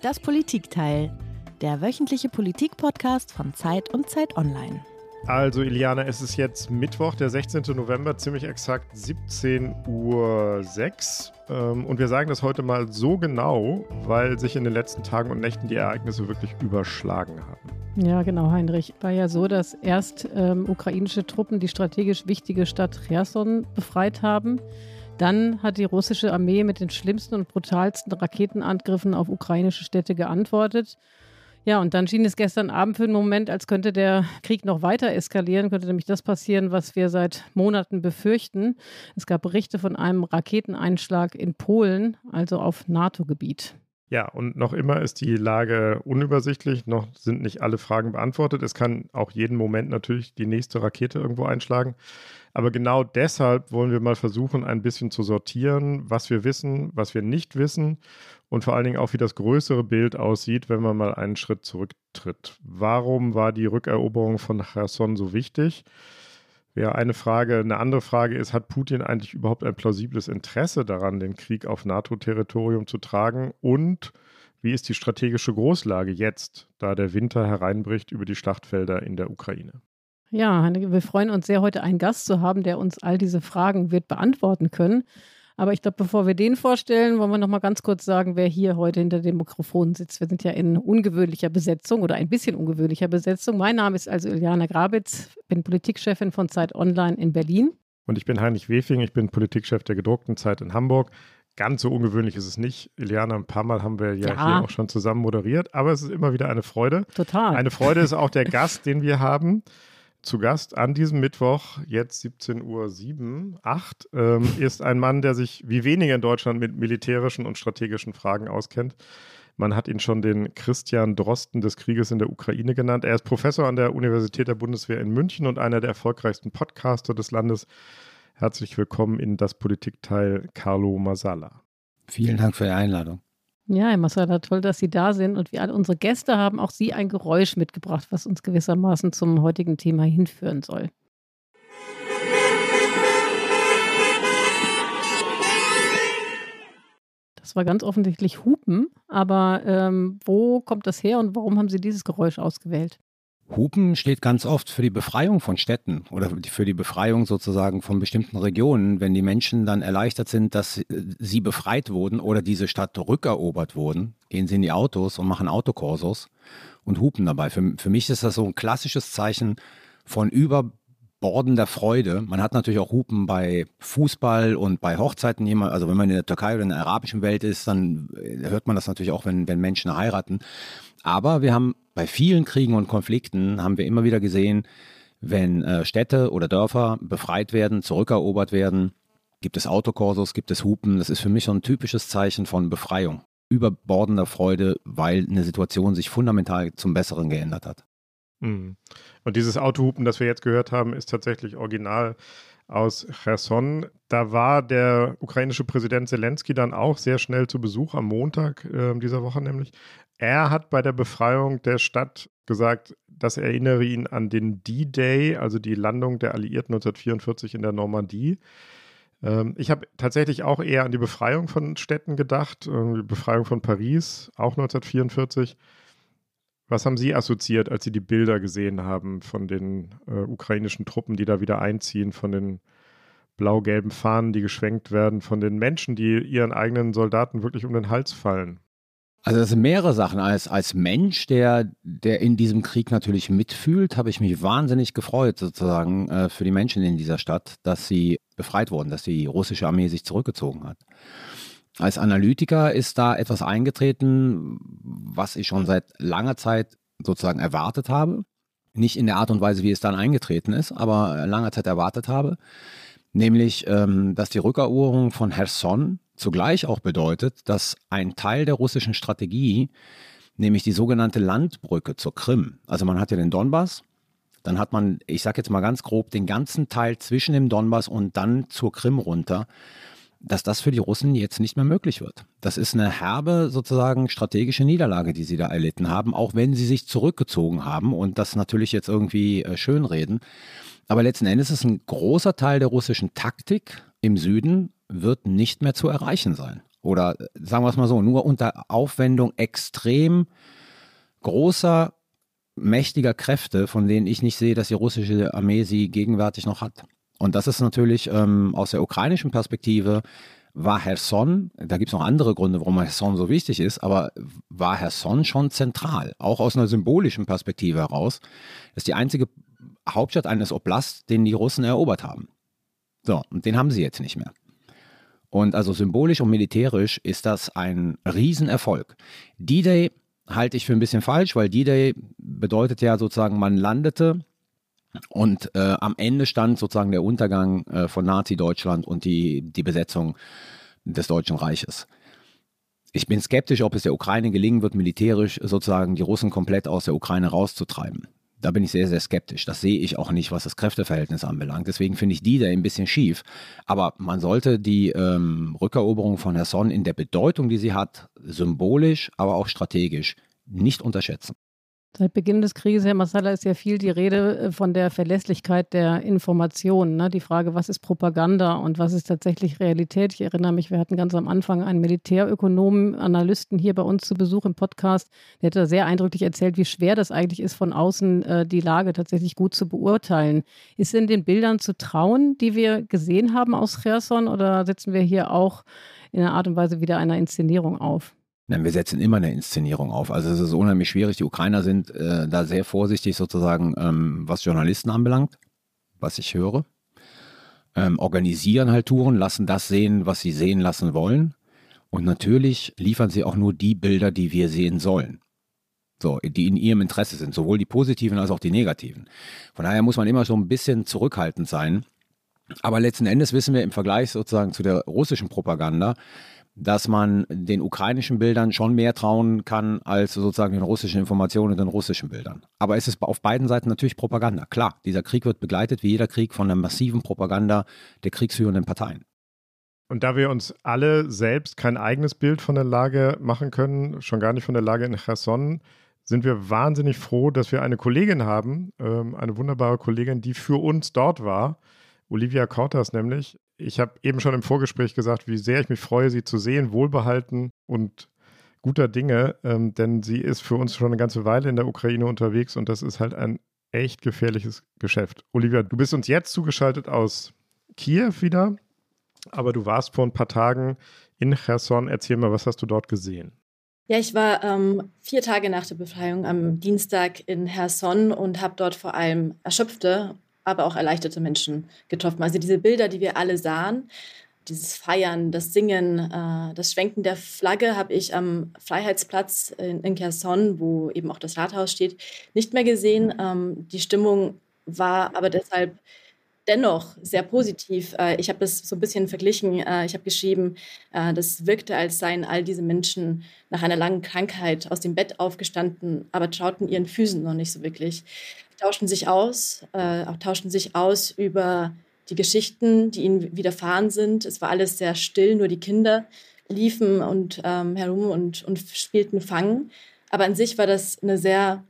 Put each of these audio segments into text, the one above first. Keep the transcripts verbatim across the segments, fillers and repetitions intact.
Das Politikteil, der wöchentliche Politik-Podcast von Zeit und Zeit Online. Also Iliana, es ist jetzt Mittwoch, der sechzehnten November, ziemlich exakt siebzehn Uhr sechs. Ähm, und wir sagen das heute mal so genau, weil sich in den letzten Tagen und Nächten die Ereignisse wirklich überschlagen haben. Ja, genau, Heinrich. War ja so, dass erst ähm, ukrainische Truppen die strategisch wichtige Stadt Cherson befreit haben. Dann hat die russische Armee mit den schlimmsten und brutalsten Raketenangriffen auf ukrainische Städte geantwortet. Ja, und dann schien es gestern Abend für einen Moment, als könnte der Krieg noch weiter eskalieren, könnte nämlich das passieren, was wir seit Monaten befürchten. Es gab Berichte von einem Raketeneinschlag in Polen, also auf NATO-Gebiet. Ja, und noch immer ist die Lage unübersichtlich, noch sind nicht alle Fragen beantwortet. Es kann auch jeden Moment natürlich die nächste Rakete irgendwo einschlagen. Aber genau deshalb wollen wir mal versuchen, ein bisschen zu sortieren, was wir wissen, was wir nicht wissen und vor allen Dingen auch, wie das größere Bild aussieht, wenn man mal einen Schritt zurücktritt. Warum war die Rückeroberung von Cherson so wichtig? Ja, eine Frage. Eine andere Frage ist, hat Putin eigentlich überhaupt ein plausibles Interesse daran, den Krieg auf NATO-Territorium zu tragen? Und wie ist die strategische Großlage jetzt, da der Winter hereinbricht über die Schlachtfelder in der Ukraine? Ja, wir freuen uns sehr, heute einen Gast zu haben, der uns all diese Fragen wird beantworten können. Aber ich glaube, bevor wir den vorstellen, wollen wir noch mal ganz kurz sagen, wer hier heute hinter dem Mikrofon sitzt. Wir sind ja in ungewöhnlicher Besetzung oder ein bisschen ungewöhnlicher Besetzung. Mein Name ist also Iliana Grabitz, bin Politikchefin von Zeit Online in Berlin. Und ich bin Heinrich Wefing, ich bin Politikchef der gedruckten Zeit in Hamburg. Ganz so ungewöhnlich ist es nicht. Iliana, ein paar Mal haben wir ja, ja hier auch schon zusammen moderiert, aber es ist immer wieder eine Freude. Total. Eine Freude ist auch der Gast, den wir haben. Zu Gast an diesem Mittwoch, jetzt siebzehn Uhr sieben, acht, ähm, ist ein Mann, der sich wie wenige in Deutschland mit militärischen und strategischen Fragen auskennt. Man hat ihn schon den Christian Drosten des Krieges in der Ukraine genannt. Er ist Professor an der Universität der Bundeswehr in München und einer der erfolgreichsten Podcaster des Landes. Herzlich willkommen in das Politikteil, Carlo Masala. Vielen Dank für die Einladung. Ja, Herr Masala, toll, dass Sie da sind. Und wie alle unsere Gäste haben auch Sie ein Geräusch mitgebracht, was uns gewissermaßen zum heutigen Thema hinführen soll. Das war ganz offensichtlich Hupen, aber ähm, wo kommt das her und warum haben Sie dieses Geräusch ausgewählt? Hupen steht ganz oft für die Befreiung von Städten oder für die Befreiung sozusagen von bestimmten Regionen, wenn die Menschen dann erleichtert sind, dass sie befreit wurden oder diese Stadt rückerobert wurden, gehen sie in die Autos und machen Autokorsos und hupen dabei. Für, für mich ist das so ein klassisches Zeichen von überbordender Freude. Man hat natürlich auch Hupen bei Fußball und bei Hochzeiten. Also wenn man in der Türkei oder in der arabischen Welt ist, dann hört man das natürlich auch, wenn, wenn Menschen heiraten. Aber wir haben bei vielen Kriegen und Konflikten haben wir immer wieder gesehen, wenn äh, Städte oder Dörfer befreit werden, zurückerobert werden, gibt es Autokorsos, gibt es Hupen. Das ist für mich so ein typisches Zeichen von Befreiung, überbordender Freude, weil eine Situation sich fundamental zum Besseren geändert hat. Mhm. Und dieses Autohupen, das wir jetzt gehört haben, ist tatsächlich original aus Cherson. Da war der ukrainische Präsident Zelensky dann auch sehr schnell zu Besuch am Montag äh, dieser Woche nämlich. Er hat bei der Befreiung der Stadt gesagt, das erinnere ihn an den D-Day, also die Landung der Alliierten neunzehnhundertvierundvierzig in der Normandie. Ähm, ich habe tatsächlich auch eher an die Befreiung von Städten gedacht, äh, die Befreiung von Paris, auch neunzehnhundertvierundvierzig. Was haben Sie assoziiert, als Sie die Bilder gesehen haben von den äh, ukrainischen Truppen, die da wieder einziehen, von den blau-gelben Fahnen, die geschwenkt werden, von den Menschen, die ihren eigenen Soldaten wirklich um den Hals fallen? Also das sind mehrere Sachen. Als, als Mensch, der, der in diesem Krieg natürlich mitfühlt, habe ich mich wahnsinnig gefreut sozusagen äh, für die Menschen in dieser Stadt, dass sie befreit wurden, dass die russische Armee sich zurückgezogen hat. Als Analytiker ist da etwas eingetreten, was ich schon seit langer Zeit sozusagen erwartet habe. Nicht in der Art und Weise, wie es dann eingetreten ist, aber langer Zeit erwartet habe. Nämlich, ähm, dass die Rückeroberung von Cherson zugleich auch bedeutet, dass ein Teil der russischen Strategie, nämlich die sogenannte Landbrücke zur Krim, also man hat ja den Donbass, dann hat man, ich sage jetzt mal ganz grob, den ganzen Teil zwischen dem Donbass und dann zur Krim runter, dass das für die Russen jetzt nicht mehr möglich wird. Das ist eine herbe sozusagen strategische Niederlage, die sie da erlitten haben, auch wenn sie sich zurückgezogen haben und das natürlich jetzt irgendwie äh, schönreden. Aber letzten Endes ist ein großer Teil der russischen Taktik im Süden wird nicht mehr zu erreichen sein. oder sagen wir es mal so, nur unter Aufwendung extrem großer, mächtiger Kräfte, von denen ich nicht sehe, dass die russische Armee sie gegenwärtig noch hat. Und das ist natürlich ähm, aus der ukrainischen Perspektive, war Cherson, da gibt es noch andere Gründe, warum Cherson so wichtig ist, aber war Cherson schon zentral, auch aus einer symbolischen Perspektive heraus. Das ist die einzige Hauptstadt eines Oblasts, den die Russen erobert haben. So, und den haben sie jetzt nicht mehr. Und also symbolisch und militärisch ist das ein Riesenerfolg. D-Day halte ich für ein bisschen falsch, weil D-Day bedeutet ja sozusagen, man landete und äh, am Ende stand sozusagen der Untergang äh, von Nazi-Deutschland und die, die Besetzung des Deutschen Reiches. Ich bin skeptisch, ob es der Ukraine gelingen wird, militärisch sozusagen die Russen komplett aus der Ukraine rauszutreiben. Da bin ich sehr, sehr skeptisch. Das sehe ich auch nicht, was das Kräfteverhältnis anbelangt. Deswegen finde ich die da ein bisschen schief. Aber man sollte die ähm, Rückeroberung von Cherson in der Bedeutung, die sie hat, symbolisch, aber auch strategisch, nicht unterschätzen. Seit Beginn des Krieges, Herr Massala, ist ja viel die Rede von der Verlässlichkeit der Informationen. Ne? Die Frage, was ist Propaganda und was ist tatsächlich Realität? Ich erinnere mich, wir hatten ganz am Anfang einen Militärökonomen, Analysten hier bei uns zu Besuch im Podcast. Der hat da sehr eindrücklich erzählt, wie schwer das eigentlich ist, von außen äh, die Lage tatsächlich gut zu beurteilen. Ist in den Bildern zu trauen, die wir gesehen haben aus Cherson, oder setzen wir hier auch in einer Art und Weise wieder einer Inszenierung auf? Nein, wir setzen immer eine Inszenierung auf. Also es ist unheimlich schwierig. Die Ukrainer sind äh, da sehr vorsichtig sozusagen, ähm, was Journalisten anbelangt, was ich höre. Ähm, organisieren halt Touren, lassen das sehen, was sie sehen lassen wollen. Und natürlich liefern sie auch nur die Bilder, die wir sehen sollen. So, die in ihrem Interesse sind, sowohl die positiven als auch die negativen. Von daher muss man immer so ein bisschen zurückhaltend sein. Aber letzten Endes wissen wir im Vergleich sozusagen zu der russischen Propaganda, dass man den ukrainischen Bildern schon mehr trauen kann als sozusagen den russischen Informationen und den russischen Bildern. Aber es ist auf beiden Seiten natürlich Propaganda. Klar, dieser Krieg wird begleitet, wie jeder Krieg, von der massiven Propaganda der kriegsführenden Parteien. Und da wir uns alle selbst kein eigenes Bild von der Lage machen können, schon gar nicht von der Lage in Cherson, sind wir wahnsinnig froh, dass wir eine Kollegin haben, ähm, eine wunderbare Kollegin, die für uns dort war, Olivia Kortas nämlich. Ich habe eben schon im Vorgespräch gesagt, wie sehr ich mich freue, sie zu sehen, wohlbehalten und guter Dinge, ähm, denn sie ist für uns schon eine ganze Weile in der Ukraine unterwegs und das ist halt ein echt gefährliches Geschäft. Olivia, du bist uns jetzt zugeschaltet aus Kiew wieder, aber du warst vor ein paar Tagen in Cherson. Erzähl mal, was hast du dort gesehen? Ja, ich war ähm, vier Tage nach der Befreiung am Dienstag in Cherson und habe dort vor allem erschöpfte, aber auch erleichterte Menschen getroffen. Also diese Bilder, die wir alle sahen, dieses Feiern, das Singen, äh, das Schwenken der Flagge habe ich am Freiheitsplatz in, in Cherson, wo eben auch das Rathaus steht, nicht mehr gesehen. Ähm, die Stimmung war aber deshalb dennoch sehr positiv. Äh, ich habe das so ein bisschen verglichen. Äh, ich habe geschrieben, äh, das wirkte, als seien all diese Menschen nach einer langen Krankheit aus dem Bett aufgestanden, aber trauten ihren Füßen noch nicht so wirklich. Tauschten sich aus, äh, auch tauschten sich aus über die Geschichten, die ihnen widerfahren sind. Es war alles sehr still, nur die Kinder liefen und ähm, herum und, und spielten Fang. Aber an sich war das eine sehr,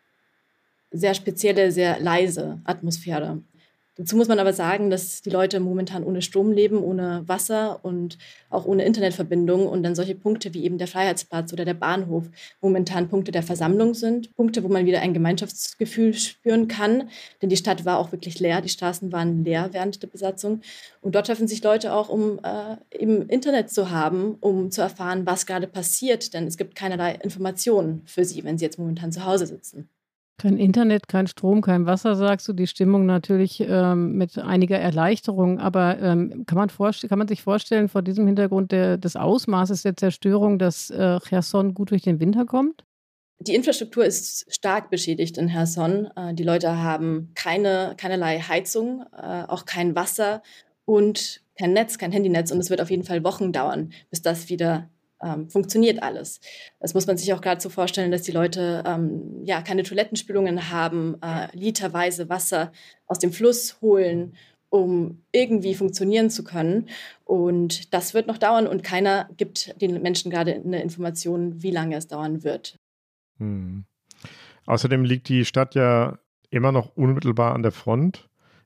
sehr spezielle, sehr leise Atmosphäre. Dazu muss man aber sagen, dass die Leute momentan ohne Strom leben, ohne Wasser und auch ohne Internetverbindung und dann solche Punkte wie eben der Freiheitsplatz oder der Bahnhof momentan Punkte der Versammlung sind, Punkte, wo man wieder ein Gemeinschaftsgefühl spüren kann, denn die Stadt war auch wirklich leer, die Straßen waren leer während der Besatzung und dort treffen sich Leute auch, um äh, eben Internet zu haben, um zu erfahren, was gerade passiert, denn es gibt keinerlei Informationen für sie, wenn sie jetzt momentan zu Hause sitzen. Kein Internet, kein Strom, kein Wasser, sagst du. Die Stimmung natürlich ähm, mit einiger Erleichterung. Aber ähm, kann man vorst- kann man sich vorstellen, vor diesem Hintergrund der, des Ausmaßes der Zerstörung, dass äh, Cherson gut durch den Winter kommt? Die Infrastruktur ist stark beschädigt in Cherson. Äh, die Leute haben keine, keinerlei Heizung, äh, auch kein Wasser und kein Netz, kein Handynetz. Und es wird auf jeden Fall Wochen dauern, bis das wieder Ähm, funktioniert alles. Das muss man sich auch gerade so vorstellen, dass die Leute ähm, ja keine Toilettenspülungen haben, äh, literweise Wasser aus dem Fluss holen, um irgendwie funktionieren zu können. Und das wird noch dauern und keiner gibt den Menschen gerade eine Information, wie lange es dauern wird. Hm. Außerdem liegt die Stadt ja immer noch unmittelbar an der Front.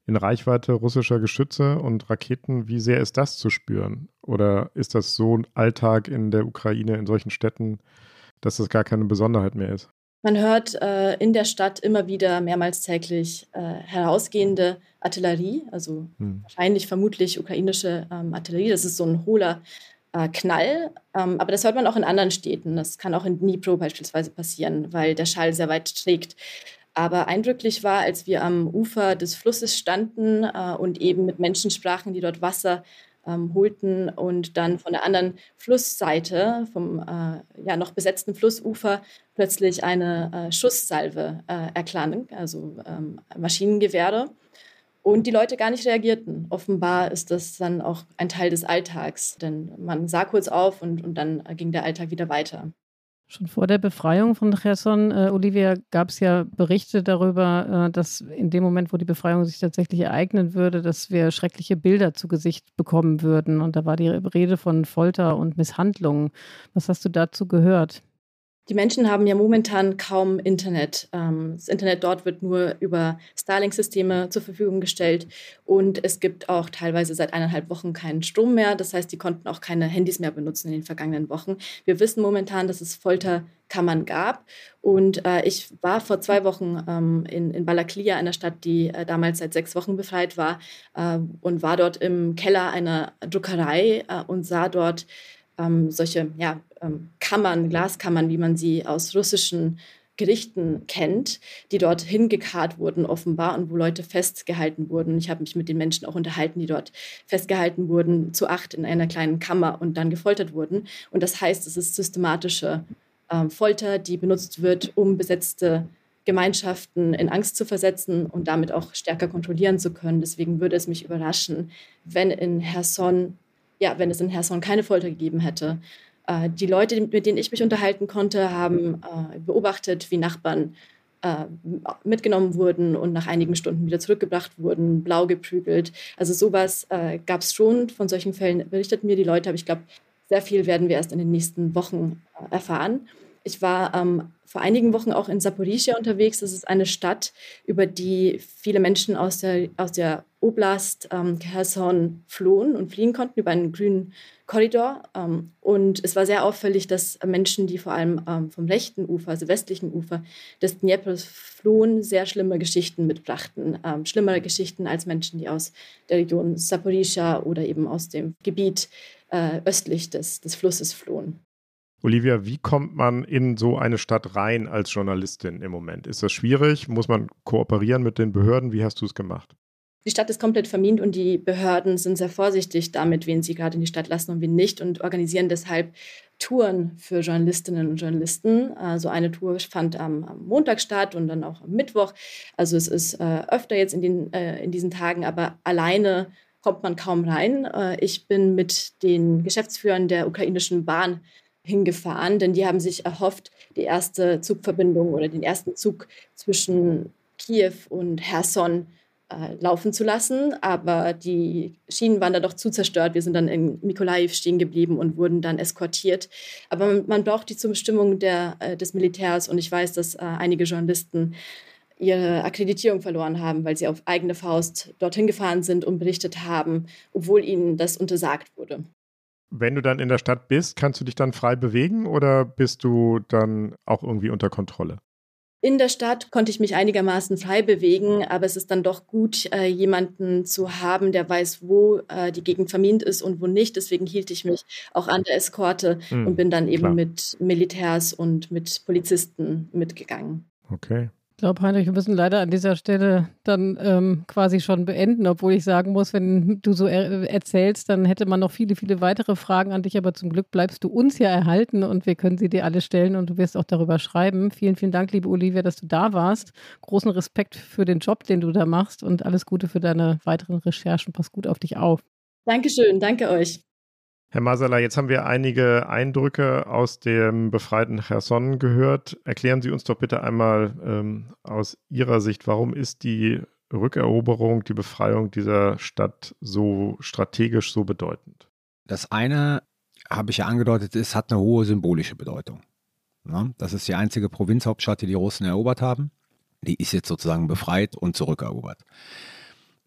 in Reichweite russischer Geschütze und Raketen. Wie sehr ist das zu spüren? Oder ist das so ein Alltag in der Ukraine, in solchen Städten, dass das gar keine Besonderheit mehr ist? Man hört äh, in der Stadt immer wieder mehrmals täglich äh, herausgehende Artillerie, also hm. wahrscheinlich vermutlich ukrainische ähm, Artillerie. Das ist so ein hohler äh, Knall, ähm, aber das hört man auch in anderen Städten. Das kann auch in Dnipro beispielsweise passieren, weil der Schall sehr weit trägt. Aber eindrücklich war, als wir am Ufer des Flusses standen äh, und eben mit Menschen sprachen, die dort Wasser ähm, holten und dann von der anderen Flussseite, vom äh, ja, noch besetzten Flussufer, plötzlich eine äh, Schusssalve äh, erklang, also ähm, Maschinengewehre. Und die Leute gar nicht reagierten. Offenbar ist das dann auch ein Teil des Alltags, denn man sah kurz auf und, und dann ging der Alltag wieder weiter. Schon vor der Befreiung von Cherson, äh, Olivia, gab es ja Berichte darüber, äh, dass in dem Moment, wo die Befreiung sich tatsächlich ereignen würde, dass wir schreckliche Bilder zu Gesicht bekommen würden. Und da war die Rede von Folter und Misshandlungen. Was hast du dazu gehört? Die Menschen haben ja momentan kaum Internet. Das Internet dort wird nur über Starlink-Systeme zur Verfügung gestellt und es gibt auch teilweise seit eineinhalb Wochen keinen Strom mehr. Das heißt, die konnten auch keine Handys mehr benutzen in den vergangenen Wochen. Wir wissen momentan, dass es Folterkammern gab und äh, ich war vor zwei Wochen ähm, in, in Balaklia, einer Stadt, die äh, damals seit sechs Wochen befreit war äh, und war dort im Keller einer Druckerei äh, und sah dort Ähm, solche ja, ähm, Kammern, Glaskammern, wie man sie aus russischen Gerichten kennt, die dort hingekarrt wurden offenbar und wo Leute festgehalten wurden. Ich habe mich mit den Menschen auch unterhalten, die dort festgehalten wurden, zu acht in einer kleinen Kammer und dann gefoltert wurden. Und das heißt, es ist systematische ähm, Folter, die benutzt wird, um besetzte Gemeinschaften in Angst zu versetzen und damit auch stärker kontrollieren zu können. Deswegen würde es mich überraschen, wenn in Cherson Ja, wenn es in Cherson keine Folter gegeben hätte. Äh, die Leute, mit denen ich mich unterhalten konnte, haben äh, beobachtet, wie Nachbarn äh, mitgenommen wurden und nach einigen Stunden wieder zurückgebracht wurden, blau geprügelt. Also sowas äh, gab es schon. Von solchen Fällen berichteten mir die Leute, aber ich glaube, sehr viel werden wir erst in den nächsten Wochen äh, erfahren. Ich war ähm, vor einigen Wochen auch in Saporischschja unterwegs. Das ist eine Stadt, über die viele Menschen aus der, aus der Oblast ähm, Cherson flohen und fliehen konnten über einen grünen Korridor. Ähm, und es war sehr auffällig, dass Menschen, die vor allem ähm, vom rechten Ufer, also westlichen Ufer des Dneprs flohen, sehr schlimme Geschichten mitbrachten. Ähm, schlimmere Geschichten als Menschen, die aus der Region Saporischschja oder eben aus dem Gebiet äh, östlich des, des Flusses flohen. Olivia, wie kommt man in so eine Stadt rein als Journalistin im Moment? Ist das schwierig? Muss man kooperieren mit den Behörden? Wie hast du es gemacht? Die Stadt ist komplett vermint und die Behörden sind sehr vorsichtig damit, wen sie gerade in die Stadt lassen und wen nicht und organisieren deshalb Touren für Journalistinnen und Journalisten. Also eine Tour fand am, am Montag statt und dann auch am Mittwoch. Also es ist äh, öfter jetzt in, den, äh, in diesen Tagen, aber alleine kommt man kaum rein. Äh, ich bin mit den Geschäftsführern der ukrainischen Bahn hingefahren, denn die haben sich erhofft, die erste Zugverbindung oder den ersten Zug zwischen Kiew und Cherson äh, laufen zu lassen. Aber die Schienen waren da doch zu zerstört. Wir sind dann in Mykolaiv stehen geblieben und wurden dann eskortiert. Aber man, man braucht die Zustimmung der, äh, des Militärs und ich weiß, dass äh, einige Journalisten ihre Akkreditierung verloren haben, weil sie auf eigene Faust dorthin gefahren sind und berichtet haben, obwohl ihnen das untersagt wurde. Wenn du dann in der Stadt bist, kannst du dich dann frei bewegen oder bist du dann auch irgendwie unter Kontrolle? In der Stadt konnte ich mich einigermaßen frei bewegen, aber es ist dann doch gut, äh, jemanden zu haben, der weiß, wo äh, die Gegend vermint ist und wo nicht. Deswegen hielt ich mich auch an der Eskorte hm, und bin dann eben klar. mit Militärs und mit Polizisten mitgegangen. Okay. Ich glaube, Heinrich, wir müssen leider an dieser Stelle dann ähm, quasi schon beenden, obwohl ich sagen muss, wenn du so er- erzählst, dann hätte man noch viele, viele weitere Fragen an dich, aber zum Glück bleibst du uns ja erhalten und wir können sie dir alle stellen und du wirst auch darüber schreiben. Vielen, vielen Dank, liebe Olivia, dass du da warst. Großen Respekt für den Job, den du da machst und alles Gute für deine weiteren Recherchen. Pass gut auf dich auf. Dankeschön, danke euch. Herr Masala, jetzt haben wir einige Eindrücke aus dem befreiten Cherson gehört. Erklären Sie uns doch bitte einmal ähm, aus Ihrer Sicht, warum ist die Rückeroberung, die Befreiung dieser Stadt so strategisch so bedeutend? Das eine, habe ich ja angedeutet, ist, hat eine hohe symbolische Bedeutung. Ja, das ist die einzige Provinzhauptstadt, die die Russen erobert haben. Die ist jetzt sozusagen befreit und zurückerobert.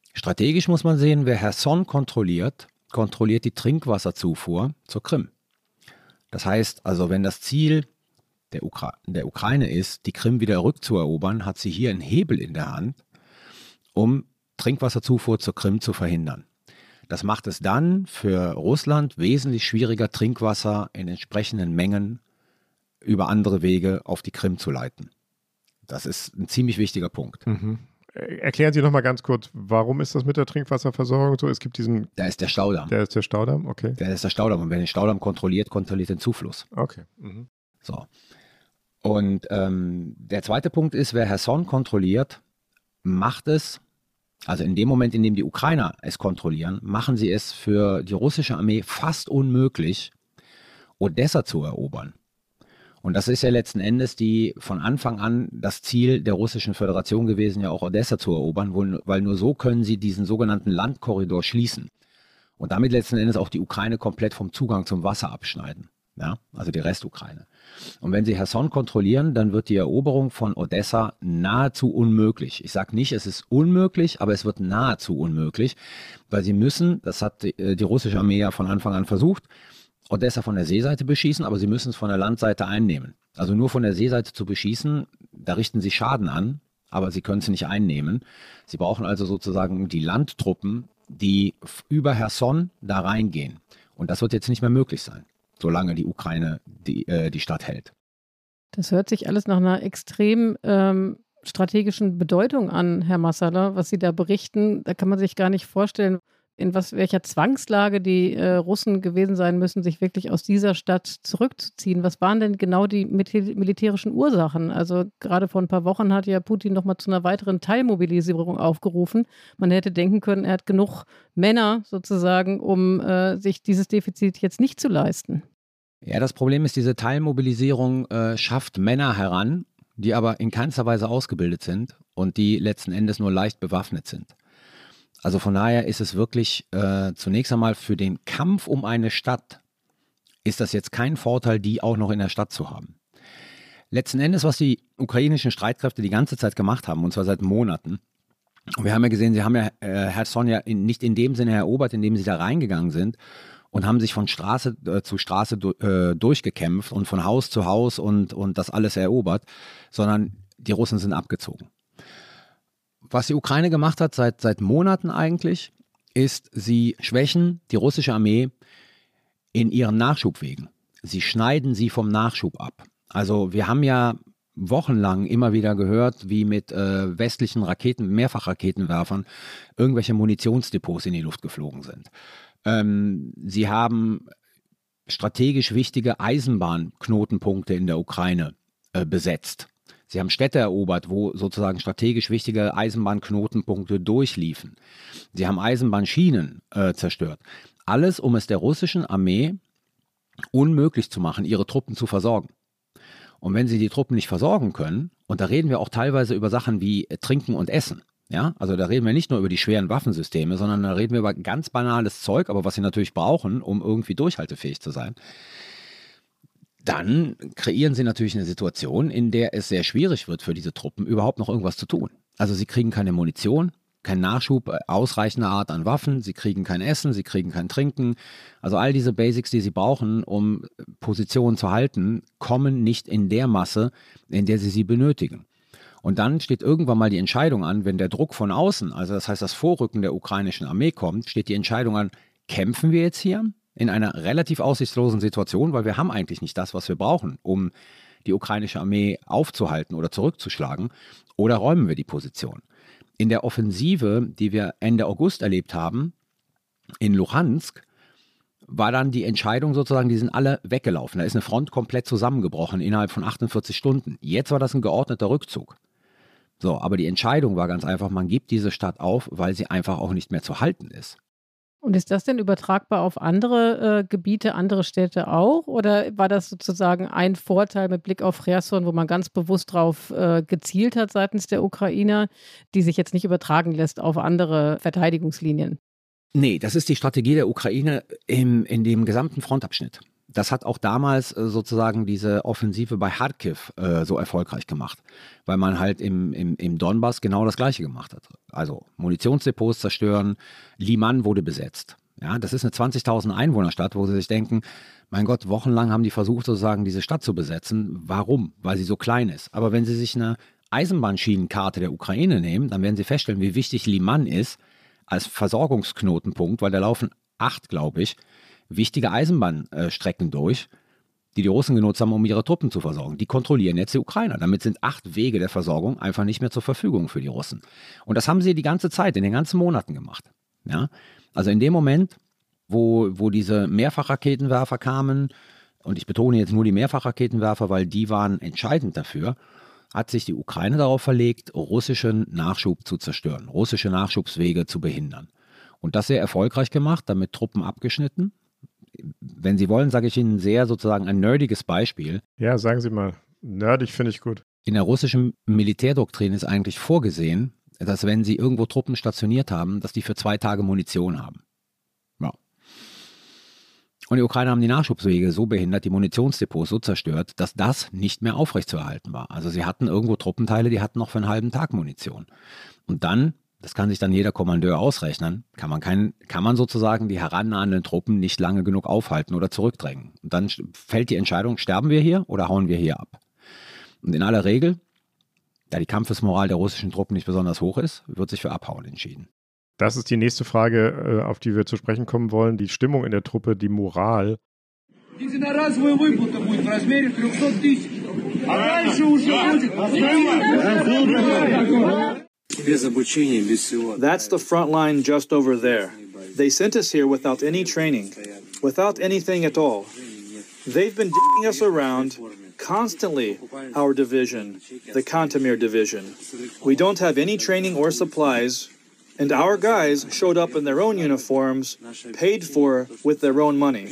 Strategisch muss man sehen, wer Cherson kontrolliert, kontrolliert die Trinkwasserzufuhr zur Krim. Das heißt also, wenn das Ziel der, Ukra- der Ukraine ist, die Krim wieder rückzuerobern, hat sie hier einen Hebel in der Hand, um Trinkwasserzufuhr zur Krim zu verhindern. Das macht es dann für Russland wesentlich schwieriger, Trinkwasser in entsprechenden Mengen über andere Wege auf die Krim zu leiten. Das ist ein ziemlich wichtiger Punkt. Mhm. Erklären Sie noch mal ganz kurz, warum ist das mit der Trinkwasserversorgung so? Es gibt diesen... Da ist der Staudamm. Der ist der Staudamm, okay. Der ist der Staudamm. Und wer den Staudamm kontrolliert, kontrolliert den Zufluss. Okay. Mhm. So. Und ähm, der zweite Punkt ist, wer Cherson kontrolliert, macht es, also in dem Moment, in dem die Ukrainer es kontrollieren, machen sie es für die russische Armee fast unmöglich, Odessa zu erobern. Und das ist ja letzten Endes die von Anfang an das Ziel der Russischen Föderation gewesen, ja auch Odessa zu erobern, weil nur so können sie diesen sogenannten Landkorridor schließen und damit letzten Endes auch die Ukraine komplett vom Zugang zum Wasser abschneiden, ja, also die Restukraine. Und wenn sie Cherson kontrollieren, dann wird die Eroberung von Odessa nahezu unmöglich. Ich sage nicht, es ist unmöglich, aber es wird nahezu unmöglich, weil sie müssen, das hat die, die russische Armee ja von Anfang an versucht, Odessa von der Seeseite beschießen, aber sie müssen es von der Landseite einnehmen. Also nur von der Seeseite zu beschießen, da richten sie Schaden an, aber sie können es nicht einnehmen. Sie brauchen also sozusagen die Landtruppen, die über Cherson da reingehen. Und das wird jetzt nicht mehr möglich sein, solange die Ukraine die, äh, die Stadt hält. Das hört sich alles nach einer extrem ähm, strategischen Bedeutung an, Herr Massala, was Sie da berichten. Da kann man sich gar nicht vorstellen, in was, welcher Zwangslage die äh, Russen gewesen sein müssen, sich wirklich aus dieser Stadt zurückzuziehen. Was waren denn genau die mil- militärischen Ursachen? Also gerade vor ein paar Wochen hat ja Putin nochmal zu einer weiteren Teilmobilisierung aufgerufen. Man hätte denken können, er hat genug Männer sozusagen, um äh, sich dieses Defizit jetzt nicht zu leisten. Ja, das Problem ist, diese Teilmobilisierung äh, schafft Männer heran, die aber in keinster Weise ausgebildet sind und die letzten Endes nur leicht bewaffnet sind. Also von daher ist es wirklich äh, zunächst einmal für den Kampf um eine Stadt, ist das jetzt kein Vorteil, die auch noch in der Stadt zu haben. Letzten Endes, was die ukrainischen Streitkräfte die ganze Zeit gemacht haben, und zwar seit Monaten, und wir haben ja gesehen, sie haben ja äh, Cherson ja in, nicht in dem Sinne erobert, indem sie da reingegangen sind und haben sich von Straße äh, zu Straße äh, durchgekämpft und von Haus zu Haus und, und das alles erobert, sondern die Russen sind abgezogen. Was die Ukraine gemacht hat seit, seit Monaten eigentlich, ist, sie schwächen die russische Armee in ihren Nachschubwegen. Sie schneiden sie vom Nachschub ab. Also wir haben ja wochenlang immer wieder gehört, wie mit äh, westlichen Raketen, Mehrfachraketenwerfern irgendwelche Munitionsdepots in die Luft geflogen sind. Ähm, sie haben strategisch wichtige Eisenbahnknotenpunkte in der Ukraine äh, besetzt. Sie haben Städte erobert, wo sozusagen strategisch wichtige Eisenbahnknotenpunkte durchliefen. Sie haben Eisenbahnschienen äh, zerstört. Alles, um es der russischen Armee unmöglich zu machen, ihre Truppen zu versorgen. Und wenn sie die Truppen nicht versorgen können, und da reden wir auch teilweise über Sachen wie äh, Trinken und Essen, ja, also da reden wir nicht nur über die schweren Waffensysteme, sondern da reden wir über ganz banales Zeug, aber was sie natürlich brauchen, um irgendwie durchhaltefähig zu sein. Dann kreieren sie natürlich eine Situation, in der es sehr schwierig wird für diese Truppen, überhaupt noch irgendwas zu tun. Also sie kriegen keine Munition, keinen Nachschub ausreichender Art an Waffen, sie kriegen kein Essen, sie kriegen kein Trinken. Also all diese Basics, die sie brauchen, um Positionen zu halten, kommen nicht in der Masse, in der sie sie benötigen. Und dann steht irgendwann mal die Entscheidung an, wenn der Druck von außen, also das heißt das Vorrücken der ukrainischen Armee kommt, steht die Entscheidung an, kämpfen wir jetzt hier? In einer relativ aussichtslosen Situation, weil wir haben eigentlich nicht das, was wir brauchen, um die ukrainische Armee aufzuhalten oder zurückzuschlagen, oder räumen wir die Position. In der Offensive, die wir Ende August erlebt haben, in Luhansk, war dann die Entscheidung sozusagen, die sind alle weggelaufen. Da ist eine Front komplett zusammengebrochen innerhalb von achtundvierzig Stunden. Jetzt war das ein geordneter Rückzug. So, aber die Entscheidung war ganz einfach, man gibt diese Stadt auf, weil sie einfach auch nicht mehr zu halten ist. Und ist das denn übertragbar auf andere äh, Gebiete, andere Städte auch? Oder war das sozusagen ein Vorteil mit Blick auf Cherson, wo man ganz bewusst drauf äh, gezielt hat seitens der Ukrainer, die sich jetzt nicht übertragen lässt auf andere Verteidigungslinien? Nee, das ist die Strategie der Ukraine im, in dem gesamten Frontabschnitt. das hat auch damals äh, sozusagen diese Offensive bei Kharkiv äh, so erfolgreich gemacht, weil man halt im, im, im Donbass genau das Gleiche gemacht hat. Also Munitionsdepots zerstören, Liman wurde besetzt. Ja, das ist eine zwanzigtausend Einwohnerstadt, wo sie sich denken, mein Gott, wochenlang haben die versucht, sozusagen diese Stadt zu besetzen. Warum? Weil sie so klein ist. Aber wenn sie sich eine Eisenbahnschienenkarte der Ukraine nehmen, dann werden sie feststellen, wie wichtig Liman ist als Versorgungsknotenpunkt, weil da laufen acht, glaube ich, wichtige Eisenbahnstrecken durch, die die Russen genutzt haben, um ihre Truppen zu versorgen. Die kontrollieren jetzt die Ukrainer. Damit sind acht Wege der Versorgung einfach nicht mehr zur Verfügung für die Russen. Und das haben sie die ganze Zeit, in den ganzen Monaten gemacht. Ja? Also in dem Moment, wo, wo diese Mehrfachraketenwerfer kamen, und ich betone jetzt nur die Mehrfachraketenwerfer, weil die waren entscheidend dafür, hat sich die Ukraine darauf verlegt, russischen Nachschub zu zerstören, russische Nachschubswege zu behindern. Und das sehr erfolgreich gemacht, damit Truppen abgeschnitten. Wenn Sie wollen, sage ich Ihnen sehr sozusagen ein nerdiges Beispiel. Ja, sagen Sie mal. Nerdig finde ich gut. In der russischen Militärdoktrin ist eigentlich vorgesehen, dass wenn Sie irgendwo Truppen stationiert haben, dass die für zwei Tage Munition haben. Ja. Und die Ukrainer haben die Nachschubswege so behindert, die Munitionsdepots so zerstört, dass das nicht mehr aufrechtzuerhalten war. Also sie hatten irgendwo Truppenteile, die hatten noch für einen halben Tag Munition. Und dann, das kann sich dann jeder Kommandeur ausrechnen, kann man, kein, kann man sozusagen die herannahenden Truppen nicht lange genug aufhalten oder zurückdrängen. Und dann fällt die Entscheidung, sterben wir hier oder hauen wir hier ab? Und in aller Regel, da die Kampfesmoral der russischen Truppen nicht besonders hoch ist, wird sich für Abhauen entschieden. Das ist die nächste Frage, auf die wir zu sprechen kommen wollen. Die Stimmung in der Truppe, die Moral. That's the front line just over there. They sent us here without any training, without anything at all. They've been dicking us around constantly, our division, the Kantemir division. We don't have any training or supplies, and our guys showed up in their own uniforms, paid for with their own money.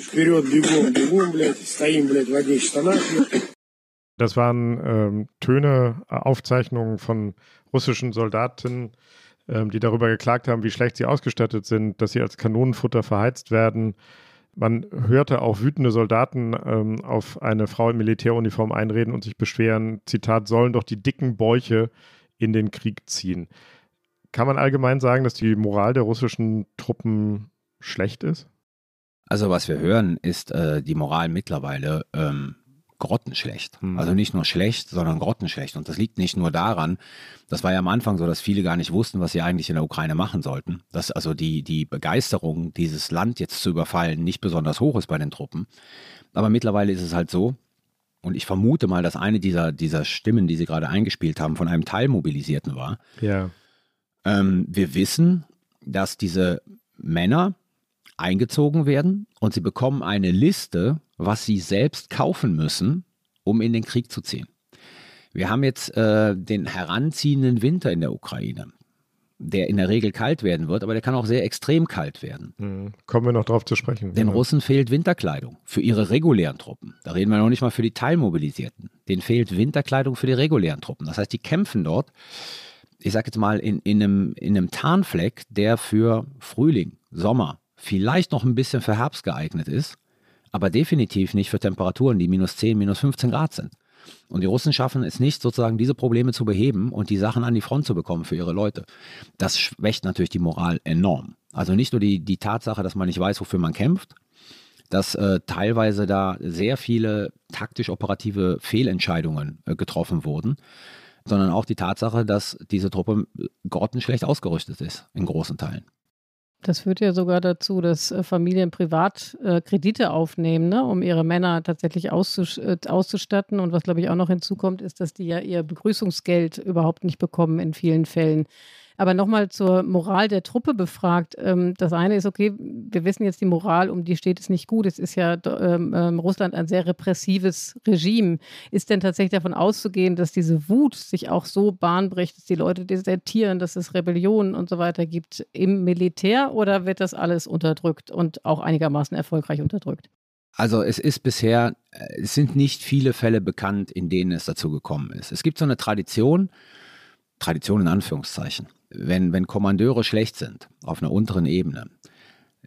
Das waren ähm, Töne, Aufzeichnungen von russischen Soldaten, ähm, die darüber geklagt haben, wie schlecht sie ausgestattet sind, dass sie als Kanonenfutter verheizt werden. Man hörte auch wütende Soldaten ähm, auf eine Frau in Militäruniform einreden und sich beschweren, Zitat, sollen doch die dicken Bäuche in den Krieg ziehen. Kann man allgemein sagen, dass die Moral der russischen Truppen schlecht ist? Also was wir hören, ist äh, die Moral mittlerweile ähm, grottenschlecht. Mhm. Also nicht nur schlecht, sondern grottenschlecht. Und das liegt nicht nur daran, das war ja am Anfang so, dass viele gar nicht wussten, was sie eigentlich in der Ukraine machen sollten. Dass also die, die Begeisterung, dieses Land jetzt zu überfallen, nicht besonders hoch ist bei den Truppen. Aber mittlerweile ist es halt so, und ich vermute mal, dass eine dieser, dieser Stimmen, die Sie gerade eingespielt haben, von einem Teilmobilisierten war. Ja. Ähm, wir wissen, dass diese Männer eingezogen werden und sie bekommen eine Liste, was sie selbst kaufen müssen, um in den Krieg zu ziehen. Wir haben jetzt äh, den heranziehenden Winter in der Ukraine, der in der Regel kalt werden wird, aber der kann auch sehr extrem kalt werden. Mhm. Kommen wir noch drauf zu sprechen. Den ja. Russen fehlt Winterkleidung für ihre regulären Truppen. Da reden wir noch nicht mal für die Teilmobilisierten. Denen fehlt Winterkleidung für die regulären Truppen. Das heißt, die kämpfen dort, ich sage jetzt mal, in, in, einem, in einem Tarnfleck, der für Frühling, Sommer, vielleicht noch ein bisschen für Herbst geeignet ist, aber definitiv nicht für Temperaturen, die minus zehn, minus fünfzehn Grad sind. Und die Russen schaffen es nicht, sozusagen diese Probleme zu beheben und die Sachen an die Front zu bekommen für ihre Leute. Das schwächt natürlich die Moral enorm. Also nicht nur die, die Tatsache, dass man nicht weiß, wofür man kämpft, dass äh, teilweise da sehr viele taktisch-operative Fehlentscheidungen äh, getroffen wurden, sondern auch die Tatsache, dass diese Truppe grottenschlecht ausgerüstet ist, in großen Teilen. Das führt ja sogar dazu, dass Familien privat äh, Kredite aufnehmen, ne, um ihre Männer tatsächlich auszus- äh, auszustatten. Und was, glaube ich, auch noch hinzukommt, ist, dass die ja ihr Begrüßungsgeld überhaupt nicht bekommen in vielen Fällen. Aber nochmal zur Moral der Truppe befragt. Ähm, das eine ist, okay, wir wissen jetzt, die Moral, um die steht es nicht gut. Es ist ja ähm, ähm, Russland ein sehr repressives Regime. Ist denn tatsächlich davon auszugehen, dass diese Wut sich auch so Bahn bricht, dass die Leute desertieren, dass es Rebellion und so weiter gibt im Militär, oder wird das alles unterdrückt und auch einigermaßen erfolgreich unterdrückt? Also es ist bisher, es sind nicht viele Fälle bekannt, in denen es dazu gekommen ist. Es gibt so eine Tradition, Tradition in Anführungszeichen. Wenn, wenn Kommandeure schlecht sind, auf einer unteren Ebene,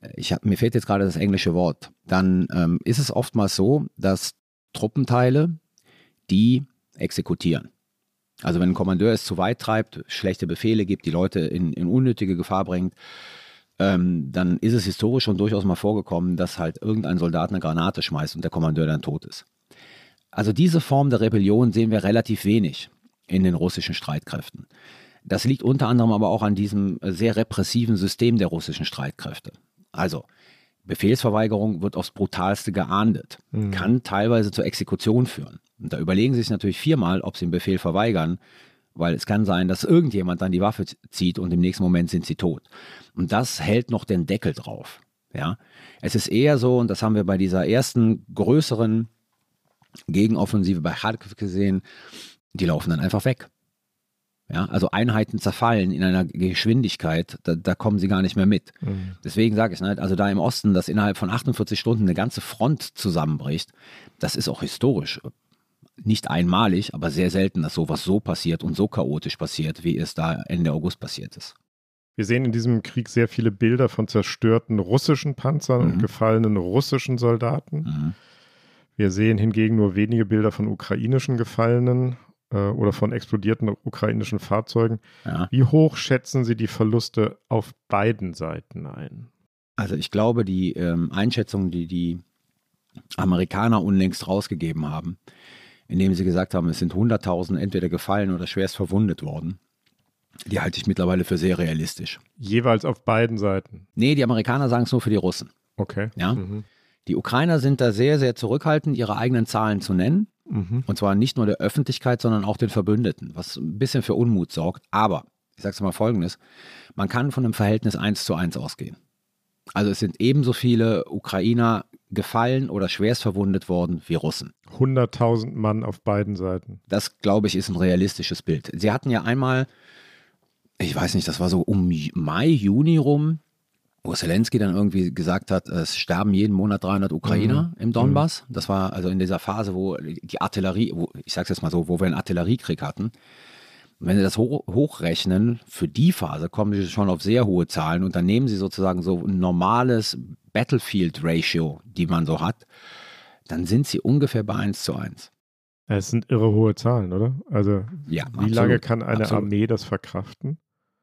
ich hab, mir fehlt jetzt gerade das englische Wort, dann ähm, ist es oftmals so, dass Truppenteile, die exekutieren. Also wenn ein Kommandeur es zu weit treibt, schlechte Befehle gibt, die Leute in, in unnötige Gefahr bringt, ähm, dann ist es historisch schon durchaus mal vorgekommen, dass halt irgendein Soldat eine Granate schmeißt und der Kommandeur dann tot ist. Also diese Form der Rebellion sehen wir relativ wenig in den russischen Streitkräften. Das liegt unter anderem aber auch an diesem sehr repressiven System der russischen Streitkräfte. Also Befehlsverweigerung wird aufs Brutalste geahndet, mhm. kann teilweise zur Exekution führen. Und da überlegen sie sich natürlich viermal, ob sie den Befehl verweigern, weil es kann sein, dass irgendjemand dann die Waffe zieht und im nächsten Moment sind sie tot. Und das hält noch den Deckel drauf. Ja? Es ist eher so, und das haben wir bei dieser ersten größeren Gegenoffensive bei Kharkiv gesehen, die laufen dann einfach weg. Ja, also Einheiten zerfallen in einer Geschwindigkeit, da, da kommen sie gar nicht mehr mit. Mhm. Deswegen sage ich, also da im Osten, dass innerhalb von achtundvierzig Stunden eine ganze Front zusammenbricht, das ist auch historisch nicht einmalig, aber sehr selten, dass sowas so passiert und so chaotisch passiert, wie es da Ende August passiert ist. Wir sehen in diesem Krieg sehr viele Bilder von zerstörten russischen Panzern mhm. und gefallenen russischen Soldaten. Mhm. Wir sehen hingegen nur wenige Bilder von ukrainischen Gefallenen oder von explodierten ukrainischen Fahrzeugen. Ja. Wie hoch schätzen Sie die Verluste auf beiden Seiten ein? Also ich glaube, die ähm, Einschätzung, die die Amerikaner unlängst rausgegeben haben, indem sie gesagt haben, es sind hunderttausend entweder gefallen oder schwerst verwundet worden, die halte ich mittlerweile für sehr realistisch. Jeweils auf beiden Seiten? Nee, die Amerikaner sagen es nur für die Russen. Okay. Ja? Mhm. Die Ukrainer sind da sehr, sehr zurückhaltend, ihre eigenen Zahlen zu nennen. Mhm. Und zwar nicht nur der Öffentlichkeit, sondern auch den Verbündeten, was ein bisschen für Unmut sorgt. Aber, ich sage es mal Folgendes, man kann von einem Verhältnis eins zu eins ausgehen. Also es sind ebenso viele Ukrainer gefallen oder schwerst verwundet worden wie Russen. hunderttausend Mann auf beiden Seiten. Das, glaube ich, ist ein realistisches Bild. Sie hatten ja einmal, ich weiß nicht, das war so um Mai, Juni rum, wo Zelensky dann irgendwie gesagt hat, es sterben jeden Monat dreihundert Ukrainer mhm. im Donbass. Das war also in dieser Phase, wo die Artillerie, wo, ich sag's jetzt mal so, wo wir einen Artilleriekrieg hatten. Und wenn Sie das hoch, hochrechnen, für die Phase kommen Sie schon auf sehr hohe Zahlen und dann nehmen Sie sozusagen so ein normales Battlefield-Ratio, die man so hat, dann sind Sie ungefähr bei eins zu eins. Es sind irre hohe Zahlen, oder? Also ja, wie absolut, lange kann eine absolut. Armee das verkraften?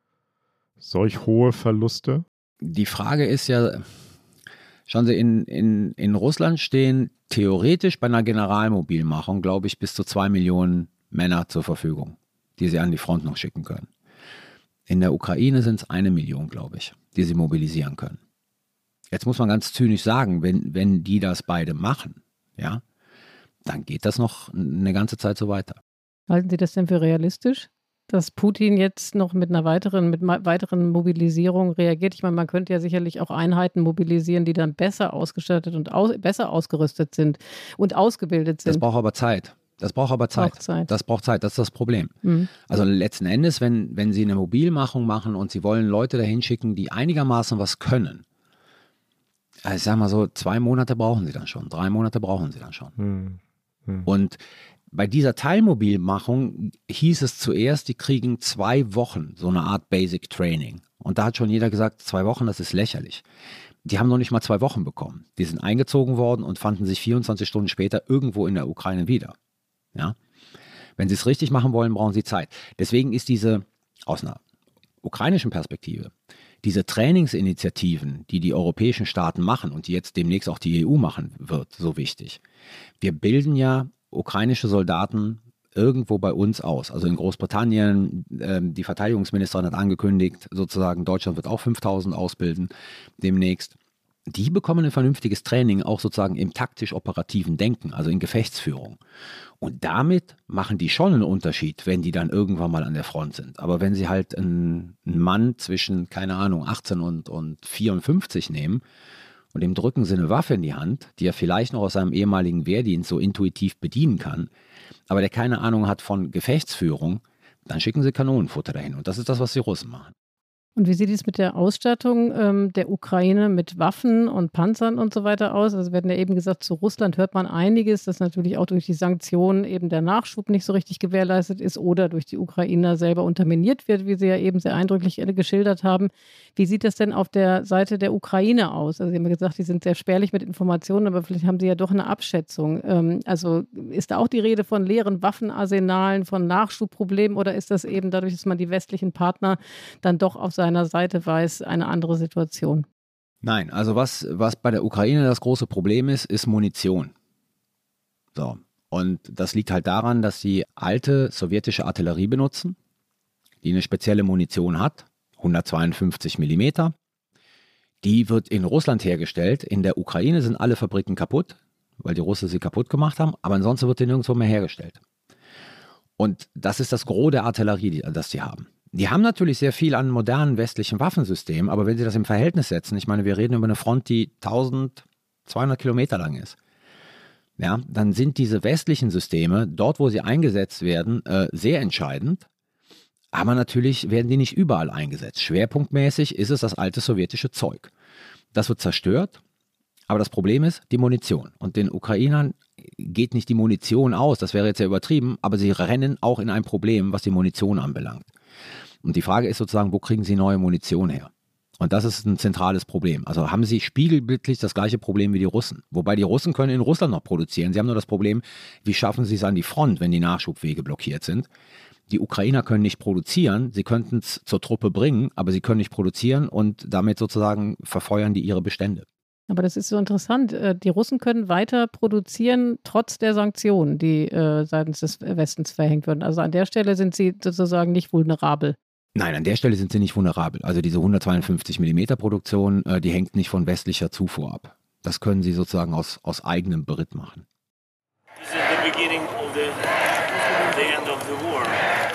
Solch hohe Verluste? Die Frage ist ja, schauen Sie, in, in, in Russland stehen theoretisch bei einer Generalmobilmachung, glaube ich, bis zu zwei Millionen Männer zur Verfügung, die sie an die Front noch schicken können. In der Ukraine sind es eine Million, glaube ich, die sie mobilisieren können. Jetzt muss man ganz zynisch sagen, wenn, wenn die das beide machen, ja, dann geht das noch eine ganze Zeit so weiter. Halten Sie das denn für realistisch, dass Putin jetzt noch mit einer weiteren, mit weiteren Mobilisierung reagiert? Ich meine, man könnte ja sicherlich auch Einheiten mobilisieren, die dann besser ausgestattet und aus, besser ausgerüstet sind und ausgebildet sind. Das braucht aber Zeit. Das braucht aber Zeit. Braucht Zeit. Das braucht Zeit, das ist das Problem. Mhm. Also letzten Endes, wenn, wenn Sie eine Mobilmachung machen und Sie wollen Leute dahin schicken, die einigermaßen was können, also ich sag mal so, zwei Monate brauchen Sie dann schon, drei Monate brauchen Sie dann schon. Mhm. Mhm. Und bei dieser Teilmobilmachung hieß es zuerst, die kriegen zwei Wochen so eine Art Basic Training. Und da hat schon jeder gesagt, zwei Wochen, das ist lächerlich. Die haben noch nicht mal zwei Wochen bekommen. Die sind eingezogen worden und fanden sich vierundzwanzig Stunden später irgendwo in der Ukraine wieder. Ja? Wenn sie es richtig machen wollen, brauchen sie Zeit. Deswegen ist diese, aus einer ukrainischen Perspektive, diese Trainingsinitiativen, die die europäischen Staaten machen und die jetzt demnächst auch die E U machen wird, so wichtig. Wir bilden ja ukrainische Soldaten irgendwo bei uns aus. Also in Großbritannien, äh, die Verteidigungsministerin hat angekündigt, sozusagen Deutschland wird auch fünftausend ausbilden demnächst. Die bekommen ein vernünftiges Training auch sozusagen im taktisch-operativen Denken, also in Gefechtsführung. Und damit machen die schon einen Unterschied, wenn die dann irgendwann mal an der Front sind. Aber wenn sie halt einen, einen Mann zwischen, keine Ahnung, achtzehn und, und vierundfünfzig nehmen, und dem drücken sie eine Waffe in die Hand, die er vielleicht noch aus seinem ehemaligen Wehrdienst so intuitiv bedienen kann, aber der keine Ahnung hat von Gefechtsführung, dann schicken sie Kanonenfutter dahin. Und das ist das, was die Russen machen. Und wie sieht es mit der Ausstattung ähm, der Ukraine mit Waffen und Panzern und so weiter aus? Also wir hatten ja eben gesagt, zu Russland hört man einiges, dass natürlich auch durch die Sanktionen eben der Nachschub nicht so richtig gewährleistet ist oder durch die Ukrainer selber unterminiert wird, wie Sie ja eben sehr eindrücklich geschildert haben. Wie sieht das denn auf der Seite der Ukraine aus? Also Sie haben ja gesagt, die sind sehr spärlich mit Informationen, aber vielleicht haben Sie ja doch eine Abschätzung. Ähm, also ist da auch die Rede von leeren Waffenarsenalen, von Nachschubproblemen oder ist das eben dadurch, dass man die westlichen Partner dann doch auf seiner Seite weiß, eine andere Situation? Nein, also was, was bei der Ukraine das große Problem ist, ist Munition. So. Und das liegt halt daran, dass sie alte sowjetische Artillerie benutzen, die eine spezielle Munition hat, hundertzweiundfünfzig Millimeter. Die wird in Russland hergestellt. In der Ukraine sind alle Fabriken kaputt, weil die Russen sie kaputt gemacht haben, aber ansonsten wird die nirgendwo mehr hergestellt. Und das ist das Gros der Artillerie, die, das sie haben. Die haben natürlich sehr viel an modernen westlichen Waffensystemen, aber wenn sie das im Verhältnis setzen, ich meine, wir reden über eine Front, die eintausendzweihundert Kilometer lang ist, ja, dann sind diese westlichen Systeme, dort wo sie eingesetzt werden, äh, sehr entscheidend, aber natürlich werden die nicht überall eingesetzt. Schwerpunktmäßig ist es das alte sowjetische Zeug. Das wird zerstört, aber das Problem ist die Munition. Und den Ukrainern geht nicht die Munition aus, das wäre jetzt ja übertrieben, aber sie rennen auch in ein Problem, was die Munition anbelangt. Und die Frage ist sozusagen, wo kriegen sie neue Munition her? Und das ist ein zentrales Problem. Also haben sie spiegelbildlich das gleiche Problem wie die Russen. Wobei die Russen können in Russland noch produzieren. Sie haben nur das Problem, wie schaffen sie es an die Front, wenn die Nachschubwege blockiert sind. Die Ukrainer können nicht produzieren, sie könnten es zur Truppe bringen, aber sie können nicht produzieren und damit sozusagen verfeuern die ihre Bestände. Aber das ist so interessant. Die Russen können weiter produzieren, trotz der Sanktionen, die äh, seitens des Westens verhängt werden. Also an der Stelle sind sie sozusagen nicht vulnerabel. Nein, an der Stelle sind sie nicht vulnerabel. Also diese hundertzweiundfünfzig Millimeter Produktion, äh, die hängt nicht von westlicher Zufuhr ab. Das können sie sozusagen aus, aus eigenem Beritt machen. This is the beginning of the, the end of the war.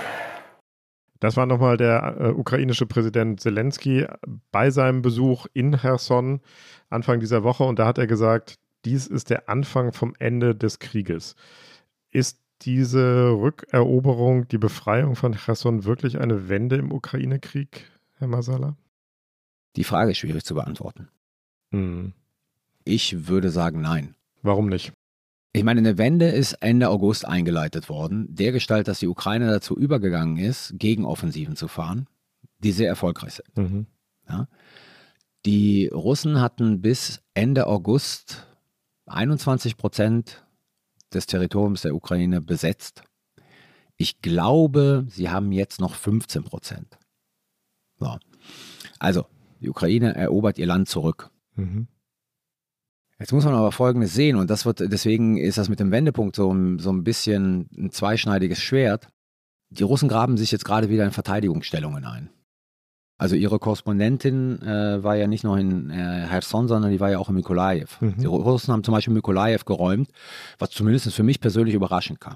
Das war nochmal der äh, ukrainische Präsident Zelensky bei seinem Besuch in Cherson Anfang dieser Woche. Und da hat er gesagt, dies ist der Anfang vom Ende des Krieges. Ist diese Rückeroberung, die Befreiung von Cherson wirklich eine Wende im Ukraine-Krieg, Herr Masala? Die Frage ist schwierig zu beantworten. Hm. Ich würde sagen, nein. Warum nicht? Ich meine, eine Wende ist Ende August eingeleitet worden, dergestalt, dass die Ukraine dazu übergegangen ist, Gegenoffensiven zu fahren, die sehr erfolgreich sind. Mhm. Ja. Die Russen hatten bis Ende August einundzwanzig Prozent des Territoriums der Ukraine besetzt. Ich glaube, sie haben jetzt noch fünfzehn Prozent. So. Also, die Ukraine erobert ihr Land zurück. Mhm. Jetzt muss man aber Folgendes sehen und das wird, deswegen ist das mit dem Wendepunkt so, so ein bisschen ein zweischneidiges Schwert. Die Russen graben sich jetzt gerade wieder in Verteidigungsstellungen ein. Also ihre Korrespondentin äh, war ja nicht nur in äh, Cherson, sondern die war ja auch in Mykolajiw. Mhm. Die Russen haben zum Beispiel Mykolajiw geräumt, was zumindest für mich persönlich überraschend kam.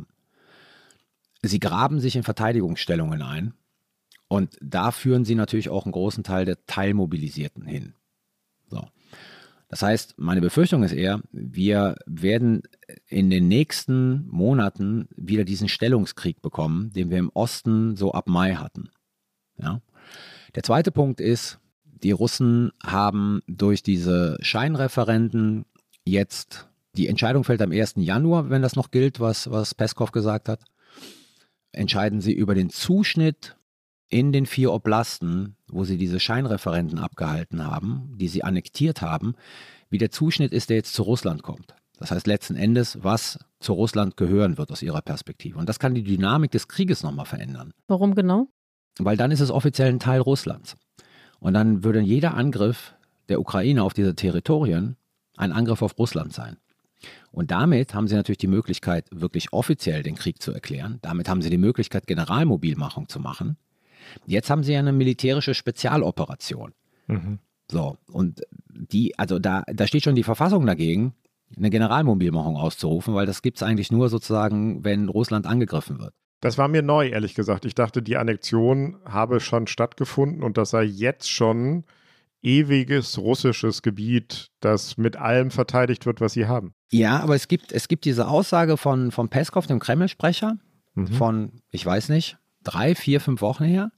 Sie graben sich in Verteidigungsstellungen ein und da führen sie natürlich auch einen großen Teil der Teilmobilisierten hin. So. Das heißt, meine Befürchtung ist eher, wir werden in den nächsten Monaten wieder diesen Stellungskrieg bekommen, den wir im Osten so ab Mai hatten. Ja? Der zweite Punkt ist, die Russen haben durch diese Scheinreferenden jetzt, die Entscheidung fällt am ersten Januar, wenn das noch gilt, was, was Peskov gesagt hat, entscheiden sie über den Zuschnitt in den vier Oblasten, wo sie diese Scheinreferenden abgehalten haben, die sie annektiert haben, wie der Zuschnitt ist, der jetzt zu Russland kommt. Das heißt letzten Endes, was zu Russland gehören wird aus ihrer Perspektive. Und das kann die Dynamik des Krieges nochmal verändern. Warum genau? Weil dann ist es offiziell ein Teil Russlands. Und dann würde jeder Angriff der Ukraine auf diese Territorien ein Angriff auf Russland sein. Und damit haben sie natürlich die Möglichkeit, wirklich offiziell den Krieg zu erklären. Damit haben sie die Möglichkeit, Generalmobilmachung zu machen. Jetzt haben sie ja eine militärische Spezialoperation. Mhm. So, und die, also da, da steht schon die Verfassung dagegen, eine Generalmobilmachung auszurufen, weil das gibt es eigentlich nur sozusagen, wenn Russland angegriffen wird. Das war mir neu, ehrlich gesagt. Ich dachte, die Annexion habe schon stattgefunden und das sei jetzt schon ewiges russisches Gebiet, das mit allem verteidigt wird, was sie haben. Ja, aber es gibt, es gibt diese Aussage von, von Peskov, dem Kreml-Sprecher, mhm. von, ich weiß nicht, drei, vier, fünf Wochen her,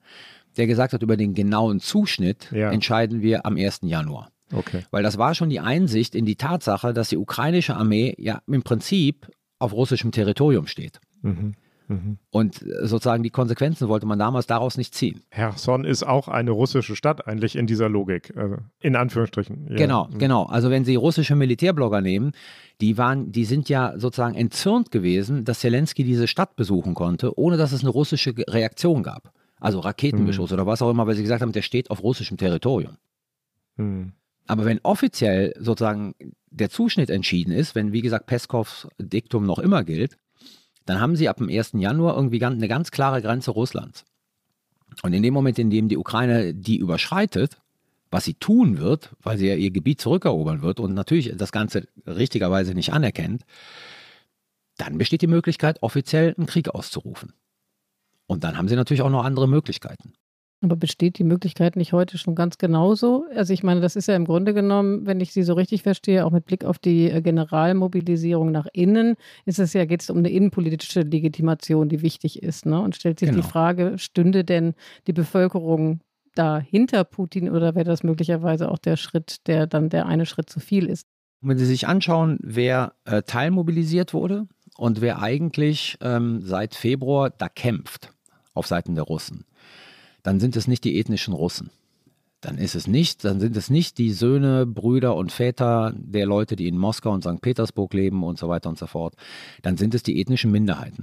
der gesagt hat, über den genauen Zuschnitt ja. entscheiden wir am ersten Januar. Okay. Weil das war schon die Einsicht in die Tatsache, dass die ukrainische Armee ja im Prinzip auf russischem Territorium steht. Mhm. Mhm. Und sozusagen die Konsequenzen wollte man damals daraus nicht ziehen. Cherson ist auch eine russische Stadt eigentlich in dieser Logik, also in Anführungsstrichen. Ja. Genau, genau. Also wenn Sie russische Militärblogger nehmen, die waren, die sind ja sozusagen entzürnt gewesen, dass Zelensky diese Stadt besuchen konnte, ohne dass es eine russische Reaktion gab. Also Raketenbeschuss mhm. oder was auch immer, weil sie gesagt haben, der steht auf russischem Territorium. Mhm. Aber wenn offiziell sozusagen der Zuschnitt entschieden ist, wenn wie gesagt Peskovs Diktum noch immer gilt, dann haben sie ab dem ersten Januar irgendwie eine ganz klare Grenze Russlands. Und in dem Moment, in dem die Ukraine die überschreitet, was sie tun wird, weil sie ja ihr Gebiet zurückerobern wird und natürlich das Ganze richtigerweise nicht anerkennt, dann besteht die Möglichkeit, offiziell einen Krieg auszurufen. Und dann haben sie natürlich auch noch andere Möglichkeiten. Aber besteht die Möglichkeit nicht heute schon ganz genauso? Also ich meine, das ist ja im Grunde genommen, wenn ich Sie so richtig verstehe, auch mit Blick auf die Generalmobilisierung nach innen, ist es ja, geht es um eine innenpolitische Legitimation, die wichtig ist. Ne? Und stellt sich genau. die Frage, stünde denn die Bevölkerung da hinter Putin oder wäre das möglicherweise auch der Schritt, der dann der eine Schritt zu viel ist? Wenn Sie sich anschauen, wer äh, teilmobilisiert wurde und wer eigentlich ähm, seit Februar da kämpft auf Seiten der Russen, dann sind es nicht die ethnischen Russen. Dann ist es nicht, dann sind es nicht die Söhne, Brüder und Väter der Leute, die in Moskau und Sankt Petersburg leben und so weiter und so fort. Dann sind es die ethnischen Minderheiten.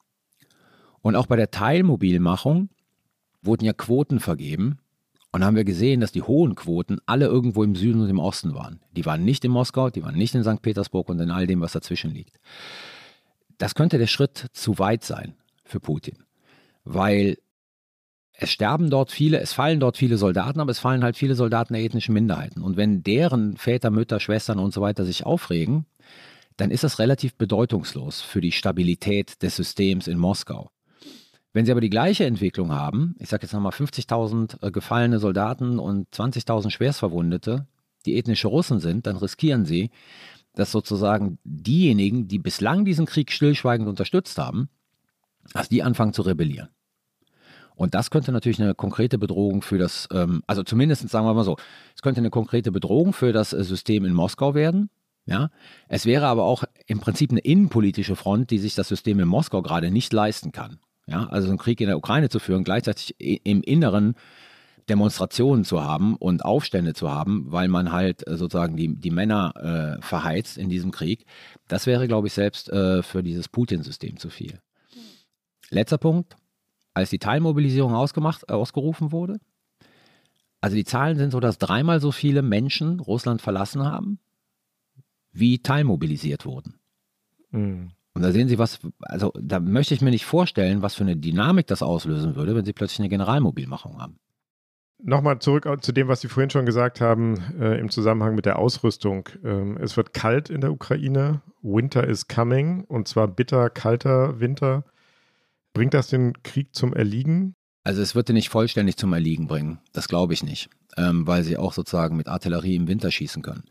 Und auch bei der Teilmobilmachung wurden ja Quoten vergeben. Und da haben wir gesehen, dass die hohen Quoten alle irgendwo im Süden und im Osten waren. Die waren nicht in Moskau, die waren nicht in Sankt Petersburg und in all dem, was dazwischen liegt. Das könnte der Schritt zu weit sein für Putin. Weil es sterben dort viele, es fallen dort viele Soldaten, aber es fallen halt viele Soldaten der ethnischen Minderheiten. Und wenn deren Väter, Mütter, Schwestern und so weiter sich aufregen, dann ist das relativ bedeutungslos für die Stabilität des Systems in Moskau. Wenn sie aber die gleiche Entwicklung haben, ich sage jetzt nochmal fünfzigtausend äh, gefallene Soldaten und zwanzigtausend Schwerstverwundete, die ethnische Russen sind, dann riskieren sie, dass sozusagen diejenigen, die bislang diesen Krieg stillschweigend unterstützt haben, dass die anfangen zu rebellieren. Und das könnte natürlich eine konkrete Bedrohung für das, ähm, also zumindest sagen wir mal so, es könnte eine konkrete Bedrohung für das äh, System in Moskau werden. Ja? Es wäre aber auch im Prinzip eine innenpolitische Front, die sich das System in Moskau gerade nicht leisten kann. Ja? Also einen Krieg in der Ukraine zu führen, gleichzeitig im Inneren Demonstrationen zu haben und Aufstände zu haben, weil man halt äh, sozusagen die, die Männer äh, verheizt in diesem Krieg, das wäre, glaube ich, selbst äh, für dieses Putin-System zu viel. Letzter Punkt. Als die Teilmobilisierung ausgemacht, äh, ausgerufen wurde. Also die Zahlen sind so, dass dreimal so viele Menschen Russland verlassen haben, wie teilmobilisiert wurden. Mhm. Und da sehen Sie was, also da möchte ich mir nicht vorstellen, was für eine Dynamik das auslösen würde, wenn Sie plötzlich eine Generalmobilmachung haben. Nochmal zurück zu dem, was Sie vorhin schon gesagt haben, äh, im Zusammenhang mit der Ausrüstung. Ähm, es wird kalt in der Ukraine, Winter is coming, und zwar bitter, kalter Winter. Bringt das den Krieg zum Erliegen? Also es wird ihn nicht vollständig zum Erliegen bringen, das glaube ich nicht, ähm, weil sie auch sozusagen mit Artillerie im Winter schießen können.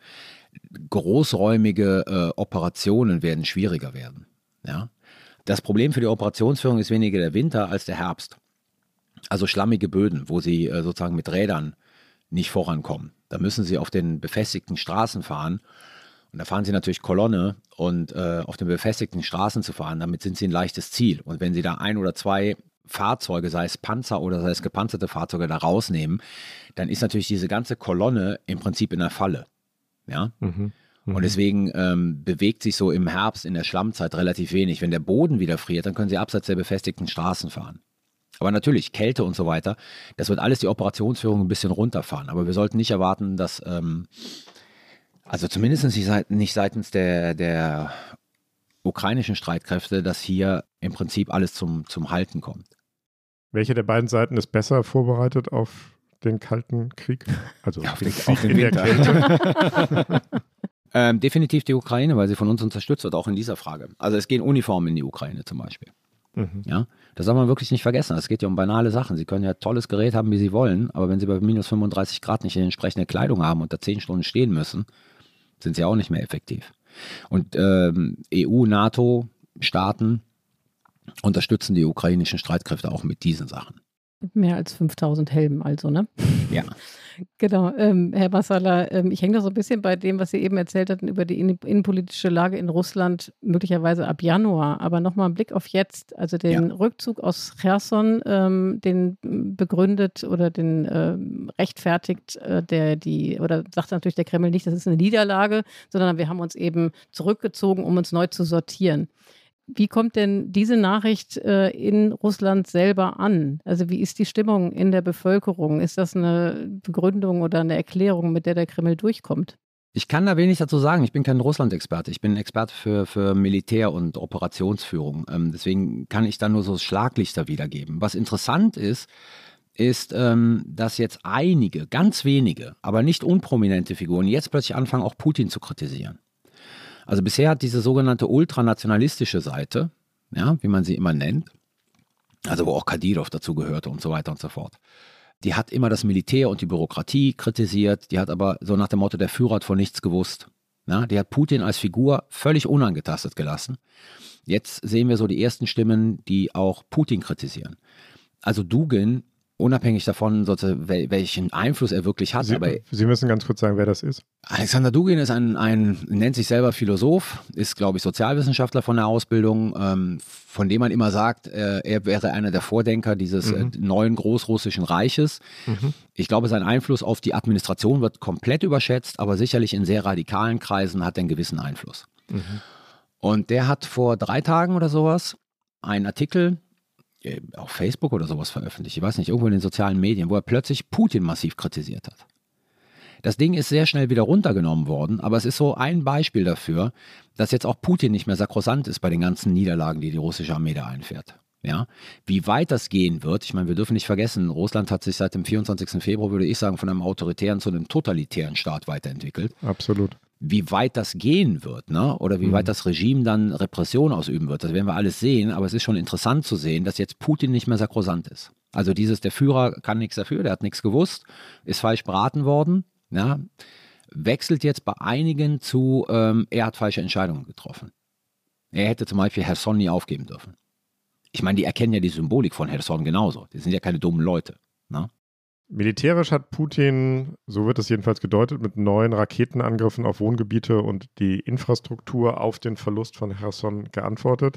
Großräumige äh, Operationen werden schwieriger werden. Ja? Das Problem für die Operationsführung ist weniger der Winter als der Herbst. Also schlammige Böden, wo sie äh, sozusagen mit Rädern nicht vorankommen. Da müssen sie auf den befestigten Straßen fahren. Und da fahren sie natürlich Kolonne und äh, auf den befestigten Straßen zu fahren, damit sind sie ein leichtes Ziel. Und wenn sie da ein oder zwei Fahrzeuge, sei es Panzer oder sei es gepanzerte Fahrzeuge, da rausnehmen, dann ist natürlich diese ganze Kolonne im Prinzip in der Falle. Ja? Mhm. Mhm. Und deswegen ähm, bewegt sich so im Herbst in der Schlammzeit relativ wenig. Wenn der Boden wieder friert, dann können sie abseits der befestigten Straßen fahren. Aber natürlich, Kälte und so weiter, das wird alles die Operationsführung ein bisschen runterfahren. Aber wir sollten nicht erwarten, dass... Ähm, Also zumindest nicht seitens der, der ukrainischen Streitkräfte, dass hier im Prinzip alles zum, zum Halten kommt. Welche der beiden Seiten ist besser vorbereitet auf den Kalten Krieg? Also auf den, auf den Winter. Der ähm, definitiv die Ukraine, weil sie von uns unterstützt wird, auch in dieser Frage. Also es gehen Uniformen in die Ukraine zum Beispiel. Mhm. Ja, das soll man wirklich nicht vergessen. Es geht ja um banale Sachen. Sie können ja tolles Gerät haben, wie sie wollen, aber wenn sie bei minus fünfunddreißig Grad nicht die entsprechende Kleidung haben und da zehn Stunden stehen müssen, sind sie auch nicht mehr effektiv. Und ähm, E U, NATO, Staaten unterstützen die ukrainischen Streitkräfte auch mit diesen Sachen. Mehr als fünftausend Helmen also, ne? Ja. Genau, ähm, Herr Massala, ähm, ich hänge da so ein bisschen bei dem, was Sie eben erzählt hatten über die innenpolitische Lage in Russland, möglicherweise ab Januar. Aber nochmal ein Blick auf jetzt, also den ja. Rückzug aus Cherson, ähm, den begründet oder den ähm, rechtfertigt äh, der, die, oder sagt natürlich der Kreml nicht, das ist eine Niederlage, sondern wir haben uns eben zurückgezogen, um uns neu zu sortieren. Wie kommt denn diese Nachricht äh, in Russland selber an? Also wie ist die Stimmung in der Bevölkerung? Ist das eine Begründung oder eine Erklärung, mit der der Kreml durchkommt? Ich kann da wenig dazu sagen. Ich bin kein Russland-Experte. Ich bin ein Experte für, für Militär- und Operationsführung. Ähm, deswegen kann ich da nur so Schlaglichter wiedergeben. Was interessant ist, ist, ähm, dass jetzt einige, ganz wenige, aber nicht unprominente Figuren jetzt plötzlich anfangen, auch Putin zu kritisieren. Also bisher hat diese sogenannte ultranationalistische Seite, ja, wie man sie immer nennt, also wo auch Kadyrov dazu gehörte und so weiter und so fort, die hat immer das Militär und die Bürokratie kritisiert, die hat aber so nach dem Motto, der Führer hat von nichts gewusst. Ja, die hat Putin als Figur völlig unangetastet gelassen. Jetzt sehen wir so die ersten Stimmen, die auch Putin kritisieren. Also Dugin, unabhängig davon, welchen Einfluss er wirklich hat. Sie, aber Sie müssen ganz kurz sagen, wer das ist. Alexander Dugin ist ein, ein nennt sich selber Philosoph, ist, glaube ich, Sozialwissenschaftler von der Ausbildung, ähm, von dem man immer sagt, äh, er wäre einer der Vordenker dieses mhm. äh, neuen großrussischen Reiches. Mhm. Ich glaube, sein Einfluss auf die Administration wird komplett überschätzt, aber sicherlich in sehr radikalen Kreisen hat er einen gewissen Einfluss. Mhm. Und der hat vor drei Tagen oder sowas einen Artikel auf Facebook oder sowas veröffentlicht, ich weiß nicht, irgendwo in den sozialen Medien, wo er plötzlich Putin massiv kritisiert hat. Das Ding ist sehr schnell wieder runtergenommen worden, aber es ist so ein Beispiel dafür, dass jetzt auch Putin nicht mehr sakrosant ist bei den ganzen Niederlagen, die die russische Armee da einfährt. Ja? Wie weit das gehen wird, ich meine, wir dürfen nicht vergessen, Russland hat sich seit dem vierundzwanzigsten Februar, würde ich sagen, von einem autoritären zu einem totalitären Staat weiterentwickelt. Absolut. Wie weit das gehen wird, ne? Oder wie mhm. weit das Regime dann Repression ausüben wird, das werden wir alles sehen, aber es ist schon interessant zu sehen, dass jetzt Putin nicht mehr sakrosant ist. Also dieses, der Führer kann nichts dafür, der hat nichts gewusst, ist falsch beraten worden, ja? Wechselt jetzt bei einigen zu, ähm, er hat falsche Entscheidungen getroffen. Er hätte zum Beispiel Cherson nie aufgeben dürfen. Ich meine, die erkennen ja die Symbolik von Cherson genauso, die sind ja keine dummen Leute, ne? Militärisch hat Putin, so wird es jedenfalls gedeutet, mit neuen Raketenangriffen auf Wohngebiete und die Infrastruktur auf den Verlust von Cherson geantwortet.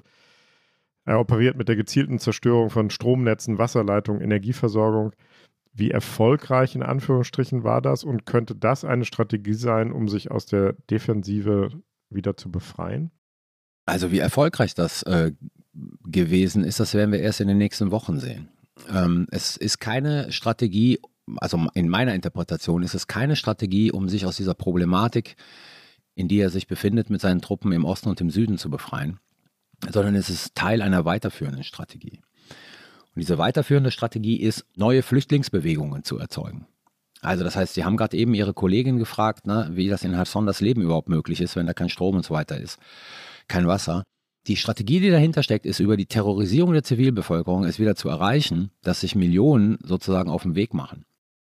Er operiert mit der gezielten Zerstörung von Stromnetzen, Wasserleitungen, Energieversorgung. Wie erfolgreich in Anführungsstrichen war das und könnte das eine Strategie sein, um sich aus der Defensive wieder zu befreien? Also wie erfolgreich das äh, gewesen ist, das werden wir erst in den nächsten Wochen sehen. Ähm, es ist keine Strategie, also in meiner Interpretation ist es keine Strategie, um sich aus dieser Problematik, in die er sich befindet, mit seinen Truppen im Osten und im Süden zu befreien, sondern es ist Teil einer weiterführenden Strategie. Und diese weiterführende Strategie ist, neue Flüchtlingsbewegungen zu erzeugen. Also das heißt, Sie haben gerade eben Ihre Kollegin gefragt, ne, wie das in Cherson das Leben überhaupt möglich ist, wenn da kein Strom und so weiter ist, kein Wasser. Die Strategie, die dahinter steckt, ist, über die Terrorisierung der Zivilbevölkerung es wieder zu erreichen, dass sich Millionen sozusagen auf den Weg machen.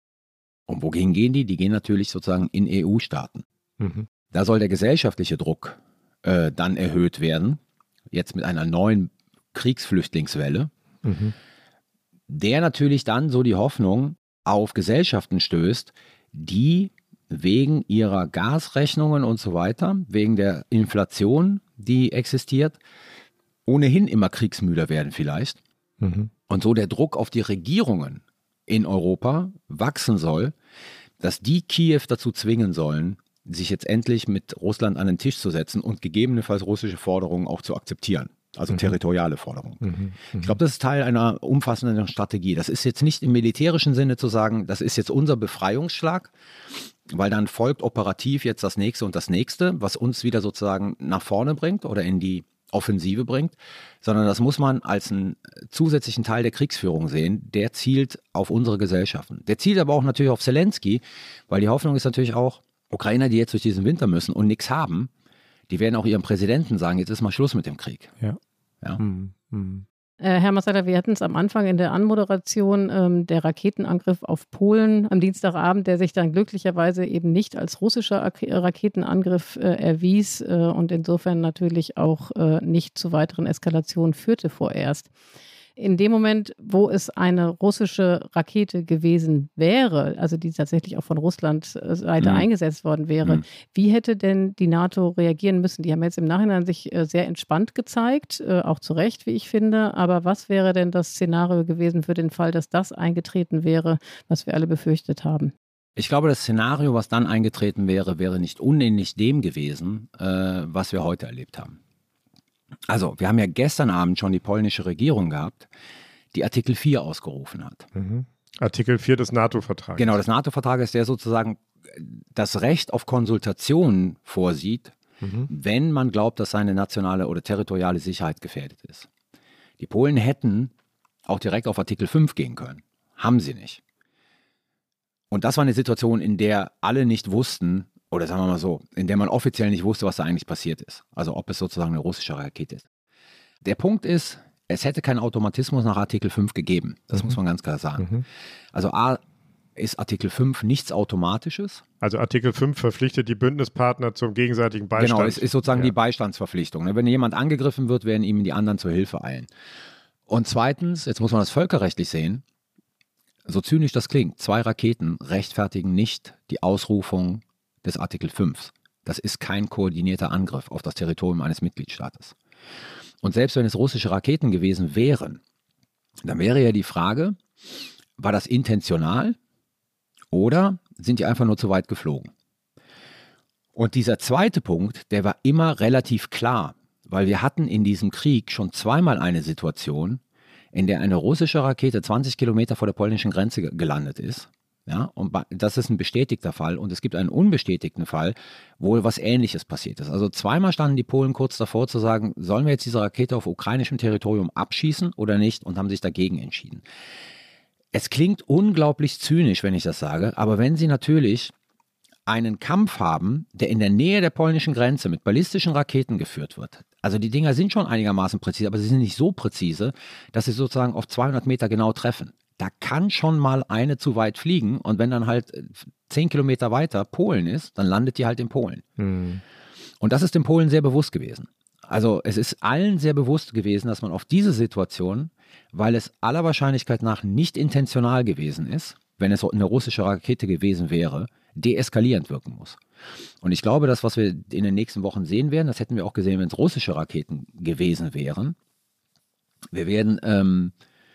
Und wogegen gehen die? Die gehen natürlich sozusagen in E U-Staaten. Mhm. Da soll der gesellschaftliche Druck äh, dann erhöht werden, jetzt mit einer neuen Kriegsflüchtlingswelle, mhm. der natürlich dann so die Hoffnung auf Gesellschaften stößt, die wegen ihrer Gasrechnungen und so weiter, wegen der Inflation, die existiert, ohnehin immer kriegsmüder werden vielleicht. Mhm. Und so der Druck auf die Regierungen in Europa wachsen soll, dass die Kiew dazu zwingen sollen, sich jetzt endlich mit Russland an den Tisch zu setzen und gegebenenfalls russische Forderungen auch zu akzeptieren. Also mhm. territoriale Forderungen. Mhm. Mhm. Ich glaube, das ist Teil einer umfassenden Strategie. Das ist jetzt nicht im militärischen Sinne zu sagen, das ist jetzt unser Befreiungsschlag, weil dann folgt operativ jetzt das nächste und das nächste, was uns wieder sozusagen nach vorne bringt oder in die Offensive bringt, sondern das muss man als einen zusätzlichen Teil der Kriegsführung sehen, der zielt auf unsere Gesellschaften. Der zielt aber auch natürlich auf Zelensky, weil die Hoffnung ist natürlich auch, Ukrainer, die jetzt durch diesen Winter müssen und nichts haben, die werden auch ihrem Präsidenten sagen, jetzt ist mal Schluss mit dem Krieg. Ja. Ja. Mhm. Mhm. Äh, Herr Massala, wir hatten es am Anfang in der Anmoderation, ähm, der Raketenangriff auf Polen am Dienstagabend, der sich dann glücklicherweise eben nicht als russischer Ak- Raketenangriff äh, erwies äh, und insofern natürlich auch äh, nicht zu weiteren Eskalationen führte vorerst. in dem Moment, wo es eine russische Rakete gewesen wäre, also die tatsächlich auch von Russlands Seite mhm. eingesetzt worden wäre, mhm. wie hätte denn die NATO reagieren müssen? Die haben jetzt im Nachhinein sich sehr entspannt gezeigt, auch zu Recht, wie ich finde. Aber was wäre denn das Szenario gewesen für den Fall, dass das eingetreten wäre, was wir alle befürchtet haben? Ich glaube, das Szenario, was dann eingetreten wäre, wäre nicht unähnlich dem gewesen, äh, was wir heute erlebt haben. Also, wir haben ja gestern Abend schon die polnische Regierung gehabt, die Artikel vier ausgerufen hat. Mhm. Artikel vier des NATO-Vertrages. Genau, des NATO-Vertrages, der sozusagen das Recht auf Konsultation vorsieht, mhm. wenn man glaubt, dass seine nationale oder territoriale Sicherheit gefährdet ist. Die Polen hätten auch direkt auf Artikel fünf gehen können. Haben sie nicht. Und das war eine Situation, in der alle nicht wussten, oder sagen wir mal so, in der man offiziell nicht wusste, was da eigentlich passiert ist. Also ob es sozusagen eine russische Rakete ist. Der Punkt ist, es hätte keinen Automatismus nach Artikel fünf gegeben. Das mhm. muss man ganz klar sagen. Mhm. Also A ist Artikel fünf nichts Automatisches. Also Artikel fünf verpflichtet die Bündnispartner zum gegenseitigen Beistand. Genau, es ist sozusagen ja. die Beistandsverpflichtung. Wenn jemand angegriffen wird, werden ihm die anderen zur Hilfe eilen. Und zweitens, jetzt muss man das völkerrechtlich sehen, so zynisch das klingt, zwei Raketen rechtfertigen nicht die Ausrufung des Artikel fünf. Das ist kein koordinierter Angriff auf das Territorium eines Mitgliedstaates. Und selbst wenn es russische Raketen gewesen wären, dann wäre ja die Frage, war das intentional oder sind die einfach nur zu weit geflogen? Und dieser zweite Punkt, der war immer relativ klar, weil wir hatten in diesem Krieg schon zweimal eine Situation, in der eine russische Rakete zwanzig Kilometer vor der polnischen Grenze gelandet ist. Ja, und das ist ein bestätigter Fall und es gibt einen unbestätigten Fall, wo was Ähnliches passiert ist. Also zweimal standen die Polen kurz davor zu sagen, sollen wir jetzt diese Rakete auf ukrainischem Territorium abschießen oder nicht, und haben sich dagegen entschieden. Es klingt unglaublich zynisch, wenn ich das sage, aber wenn Sie natürlich einen Kampf haben, der in der Nähe der polnischen Grenze mit ballistischen Raketen geführt wird, also die Dinger sind schon einigermaßen präzise, aber sie sind nicht so präzise, dass sie sozusagen auf zweihundert Meter genau treffen. Da kann schon mal eine zu weit fliegen, und wenn dann halt zehn Kilometer weiter Polen ist, dann landet die halt in Polen. Mhm. Und das ist den Polen sehr bewusst gewesen. Also es ist allen sehr bewusst gewesen, dass man auf diese Situation, weil es aller Wahrscheinlichkeit nach nicht intentional gewesen ist, wenn es eine russische Rakete gewesen wäre, deeskalierend wirken muss. Und ich glaube, das, was wir in den nächsten Wochen sehen werden, das hätten wir auch gesehen, wenn es russische Raketen gewesen wären. Wir werden ähm,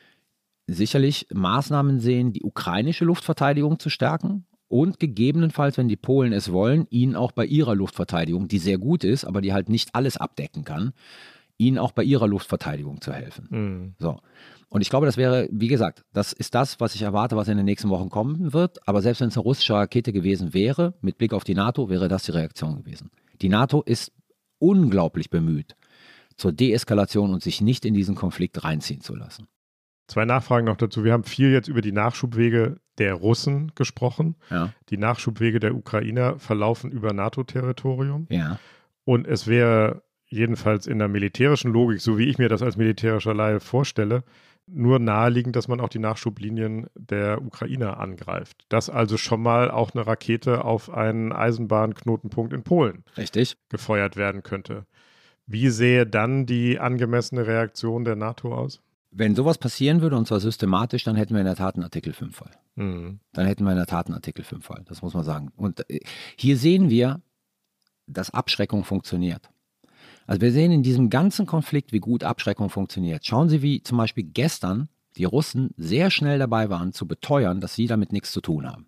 sicherlich Maßnahmen sehen, die ukrainische Luftverteidigung zu stärken und gegebenenfalls, wenn die Polen es wollen, ihnen auch bei ihrer Luftverteidigung, die sehr gut ist, aber die halt nicht alles abdecken kann, ihnen auch bei ihrer Luftverteidigung zu helfen. Mhm. So. Und ich glaube, das wäre, wie gesagt, das ist das, was ich erwarte, was in den nächsten Wochen kommen wird. Aber selbst wenn es eine russische Rakete gewesen wäre, mit Blick auf die NATO, wäre das die Reaktion gewesen. Die NATO ist unglaublich bemüht zur Deeskalation und sich nicht in diesen Konflikt reinziehen zu lassen. Zwei Nachfragen noch dazu. Wir haben viel jetzt über die Nachschubwege der Russen gesprochen. Ja. Die Nachschubwege der Ukrainer verlaufen über NATO-Territorium. Ja. Und es wäre jedenfalls in der militärischen Logik, so wie ich mir das als militärischer Laie vorstelle, nur naheliegend, dass man auch die Nachschublinien der Ukrainer angreift. Dass also schon mal auch eine Rakete auf einen Eisenbahnknotenpunkt in Polen Richtig. gefeuert werden könnte. Wie sähe dann die angemessene Reaktion der NATO aus? Wenn sowas passieren würde, und zwar systematisch, dann hätten wir in der Tat einen Artikel fünf Fall. Mhm. Dann hätten wir in der Tat einen Artikel fünf Fall, das muss man sagen. Und hier sehen wir, dass Abschreckung funktioniert. Also wir sehen in diesem ganzen Konflikt, wie gut Abschreckung funktioniert. Schauen Sie, wie zum Beispiel gestern die Russen sehr schnell dabei waren, zu beteuern, dass sie damit nichts zu tun haben.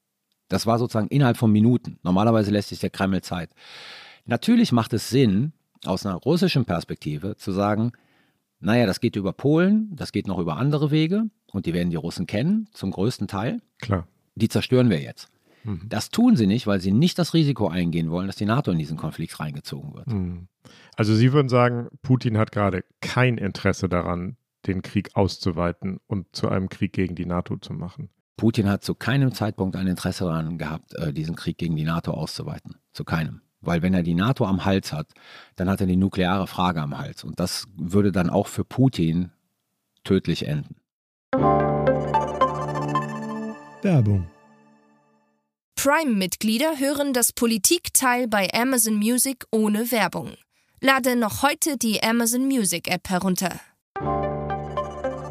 Das war sozusagen innerhalb von Minuten. Normalerweise lässt sich der Kreml Zeit. Natürlich macht es Sinn, aus einer russischen Perspektive zu sagen, naja, das geht über Polen, das geht noch über andere Wege und die werden die Russen kennen, zum größten Teil. Klar. Die zerstören wir jetzt. Mhm. Das tun sie nicht, weil sie nicht das Risiko eingehen wollen, dass die NATO in diesen Konflikt reingezogen wird. Mhm. Also Sie würden sagen, Putin hat gerade kein Interesse daran, den Krieg auszuweiten und zu einem Krieg gegen die NATO zu machen. Putin hat zu keinem Zeitpunkt ein Interesse daran gehabt, diesen Krieg gegen die NATO auszuweiten. Zu keinem. Weil wenn er die NATO am Hals hat, dann hat er die nukleare Frage am Hals. Und das würde dann auch für Putin tödlich enden. Werbung. Prime-Mitglieder hören das Politikteil bei Amazon Music ohne Werbung. Lade noch heute die Amazon Music App herunter.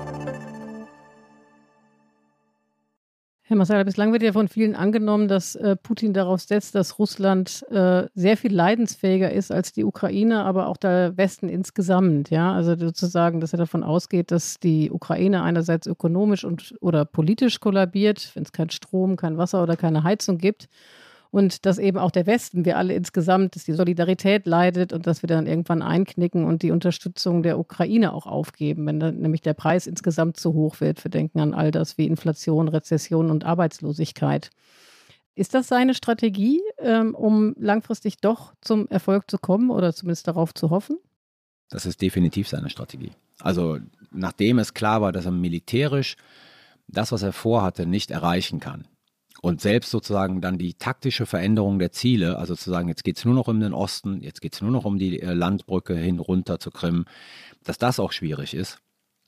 Herr Massala, bislang wird ja von vielen angenommen, dass äh, Putin darauf setzt, dass Russland äh, sehr viel leidensfähiger ist als die Ukraine, aber auch der Westen insgesamt. Ja? Also sozusagen, dass er davon ausgeht, dass die Ukraine einerseits ökonomisch und oder politisch kollabiert, wenn es keinen Strom, kein Wasser oder keine Heizung gibt. Und dass eben auch der Westen, wir alle insgesamt, dass die Solidarität leidet und dass wir dann irgendwann einknicken und die Unterstützung der Ukraine auch aufgeben, wenn dann nämlich der Preis insgesamt zu hoch wird. Wir denken an all das wie Inflation, Rezession und Arbeitslosigkeit. Ist das seine Strategie, ähm, um langfristig doch zum Erfolg zu kommen oder zumindest darauf zu hoffen? Das ist definitiv seine Strategie. Also nachdem es klar war, dass er militärisch das, was er vorhatte, nicht erreichen kann, und selbst sozusagen dann die taktische Veränderung der Ziele, also zu sagen, jetzt geht es nur noch um den Osten, jetzt geht es nur noch um die Landbrücke hin runter zur Krim, dass das auch schwierig ist,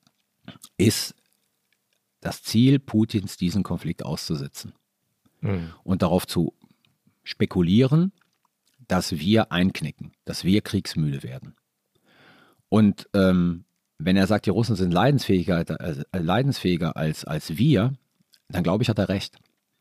ist das Ziel Putins, diesen Konflikt auszusitzen. Mhm. Und darauf zu spekulieren, dass wir einknicken, dass wir kriegsmüde werden. Und ähm, wenn er sagt, die Russen sind leidensfähiger, äh, leidensfähiger als, als wir, dann glaube ich, hat er recht.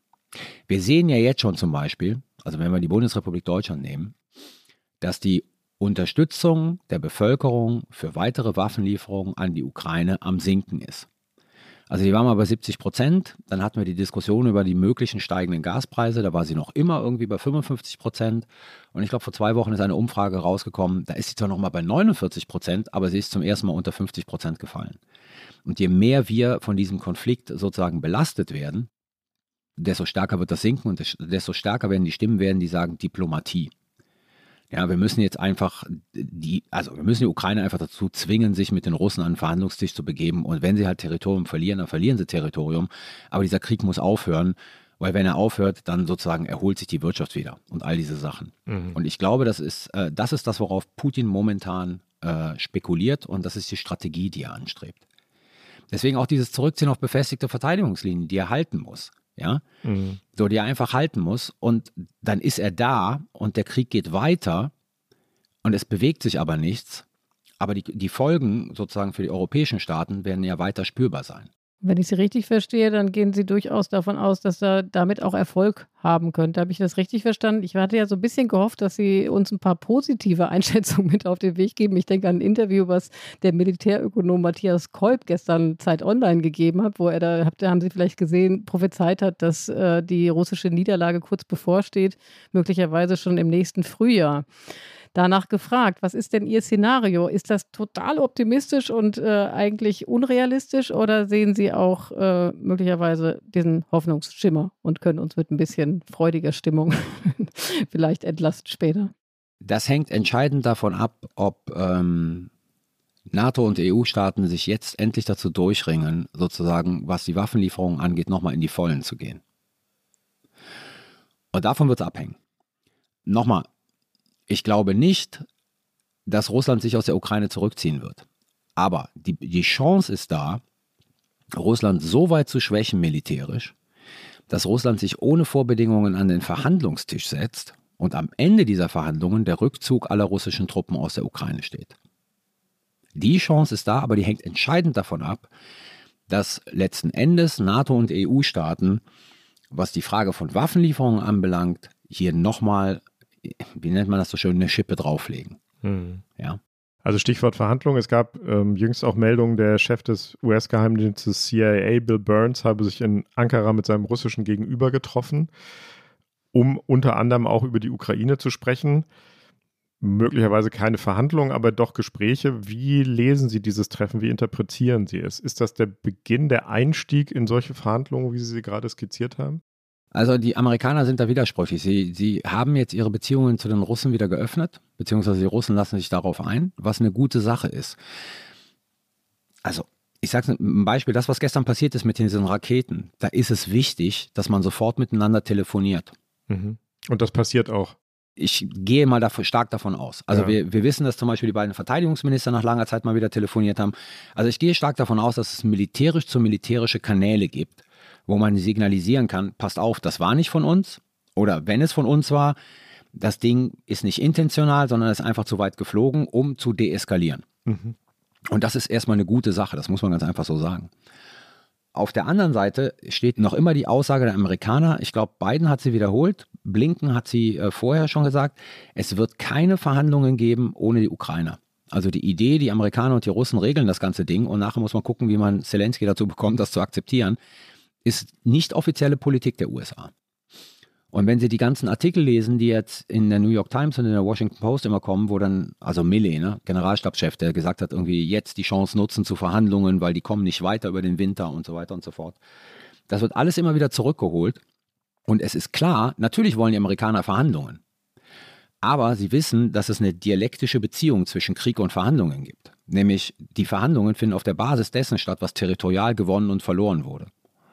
Wir sehen ja jetzt schon zum Beispiel, also wenn wir die Bundesrepublik Deutschland nehmen, dass die Unterstützung der Bevölkerung für weitere Waffenlieferungen an die Ukraine am Sinken ist. Also die waren mal bei siebzig Prozent, dann hatten wir die Diskussion über die möglichen steigenden Gaspreise, da war sie noch immer irgendwie bei fünfundfünfzig Prozent und ich glaube vor zwei Wochen ist eine Umfrage rausgekommen, da ist sie zwar noch mal bei neunundvierzig Prozent, aber sie ist zum ersten Mal unter fünfzig Prozent gefallen. Und je mehr wir von diesem Konflikt sozusagen belastet werden, desto stärker wird das sinken und desto stärker werden die Stimmen werden, die sagen Diplomatie. Ja, wir müssen jetzt einfach die, also wir müssen die Ukraine einfach dazu zwingen, sich mit den Russen an den Verhandlungstisch zu begeben. Und wenn sie halt Territorium verlieren, dann verlieren sie Territorium. Aber dieser Krieg muss aufhören, weil wenn er aufhört, dann sozusagen erholt sich die Wirtschaft wieder und all diese Sachen. Mhm. Und ich glaube, das ist, äh, das ist das, worauf Putin momentan äh, spekuliert und das ist die Strategie, die er anstrebt. Deswegen auch dieses Zurückziehen auf befestigte Verteidigungslinien, die er halten muss. Ja, mhm. so die er einfach halten muss und dann ist er da und der Krieg geht weiter und es bewegt sich aber nichts, aber die, die Folgen sozusagen für die europäischen Staaten werden ja weiter spürbar sein. Wenn ich Sie richtig verstehe, dann gehen Sie durchaus davon aus, dass er damit auch Erfolg haben könnte. Habe ich das richtig verstanden? Ich hatte ja so ein bisschen gehofft, dass Sie uns ein paar positive Einschätzungen mit auf den Weg geben. Ich denke an ein Interview, was der Militärökonom Matthias Kolb gestern Zeit Online gegeben hat, wo er da, habt, haben Sie vielleicht gesehen, prophezeit hat, dass äh, die russische Niederlage kurz bevorsteht, möglicherweise schon im nächsten Frühjahr. Danach gefragt, was ist denn Ihr Szenario? Ist das total optimistisch und äh, eigentlich unrealistisch oder sehen Sie auch äh, möglicherweise diesen Hoffnungsschimmer und können uns mit ein bisschen freudiger Stimmung vielleicht entlasten später? Das hängt entscheidend davon ab, ob ähm, NATO und E U-Staaten sich jetzt endlich dazu durchringen, sozusagen, was die Waffenlieferungen angeht, nochmal in die Vollen zu gehen. Und davon wird es abhängen. Nochmal, ich glaube nicht, dass Russland sich aus der Ukraine zurückziehen wird. Aber die, die Chance ist da, Russland so weit zu schwächen militärisch, dass Russland sich ohne Vorbedingungen an den Verhandlungstisch setzt und am Ende dieser Verhandlungen der Rückzug aller russischen Truppen aus der Ukraine steht. Die Chance ist da, aber die hängt entscheidend davon ab, dass letzten Endes NATO und E U-Staaten, was die Frage von Waffenlieferungen anbelangt, hier nochmal, wie nennt man das so schön, eine Schippe drauflegen. Hm. Ja. Also Stichwort Verhandlungen. Es gab ähm, jüngst auch Meldungen, der Chef des U S-Geheimdienstes C I A, Bill Burns, habe sich in Ankara mit seinem russischen Gegenüber getroffen, um unter anderem auch über die Ukraine zu sprechen. Möglicherweise keine Verhandlungen, aber doch Gespräche. Wie lesen Sie dieses Treffen? Wie interpretieren Sie es? Ist das der Beginn, der Einstieg in solche Verhandlungen, wie Sie sie gerade skizziert haben? Also die Amerikaner sind da widersprüchlich. Sie, sie haben jetzt ihre Beziehungen zu den Russen wieder geöffnet, beziehungsweise die Russen lassen sich darauf ein, was eine gute Sache ist. Also ich sage ein Beispiel, das, was gestern passiert ist mit diesen Raketen, da ist es wichtig, dass man sofort miteinander telefoniert. Mhm. Und das passiert auch? Ich gehe mal davon, stark davon aus. Also ja. wir, wir wissen, dass zum Beispiel die beiden Verteidigungsminister nach langer Zeit mal wieder telefoniert haben. Also ich gehe stark davon aus, dass es militärisch zu militärische Kanäle gibt, wo man signalisieren kann, passt auf, das war nicht von uns oder wenn es von uns war, das Ding ist nicht intentional, sondern ist einfach zu weit geflogen, um zu deeskalieren. Mhm. Und das ist erstmal eine gute Sache, das muss man ganz einfach so sagen. Auf der anderen Seite steht noch immer die Aussage der Amerikaner, ich glaube, Biden hat sie wiederholt, Blinken hat sie äh, vorher schon gesagt, es wird keine Verhandlungen geben ohne die Ukrainer. Also die Idee, die Amerikaner und die Russen regeln das ganze Ding und nachher muss man gucken, wie man Zelensky dazu bekommt, das zu akzeptieren, ist nicht offizielle Politik der U S A. Und wenn Sie die ganzen Artikel lesen, die jetzt in der New York Times und in der Washington Post immer kommen, wo dann, also Milley, ne, Generalstabschef, der gesagt hat, irgendwie jetzt die Chance nutzen zu Verhandlungen, weil die kommen nicht weiter über den Winter und so weiter und so fort. Das wird alles immer wieder zurückgeholt. Und es ist klar, natürlich wollen die Amerikaner Verhandlungen. Aber sie wissen, dass es eine dialektische Beziehung zwischen Krieg und Verhandlungen gibt. Nämlich die Verhandlungen finden auf der Basis dessen statt, was territorial gewonnen und verloren wurde.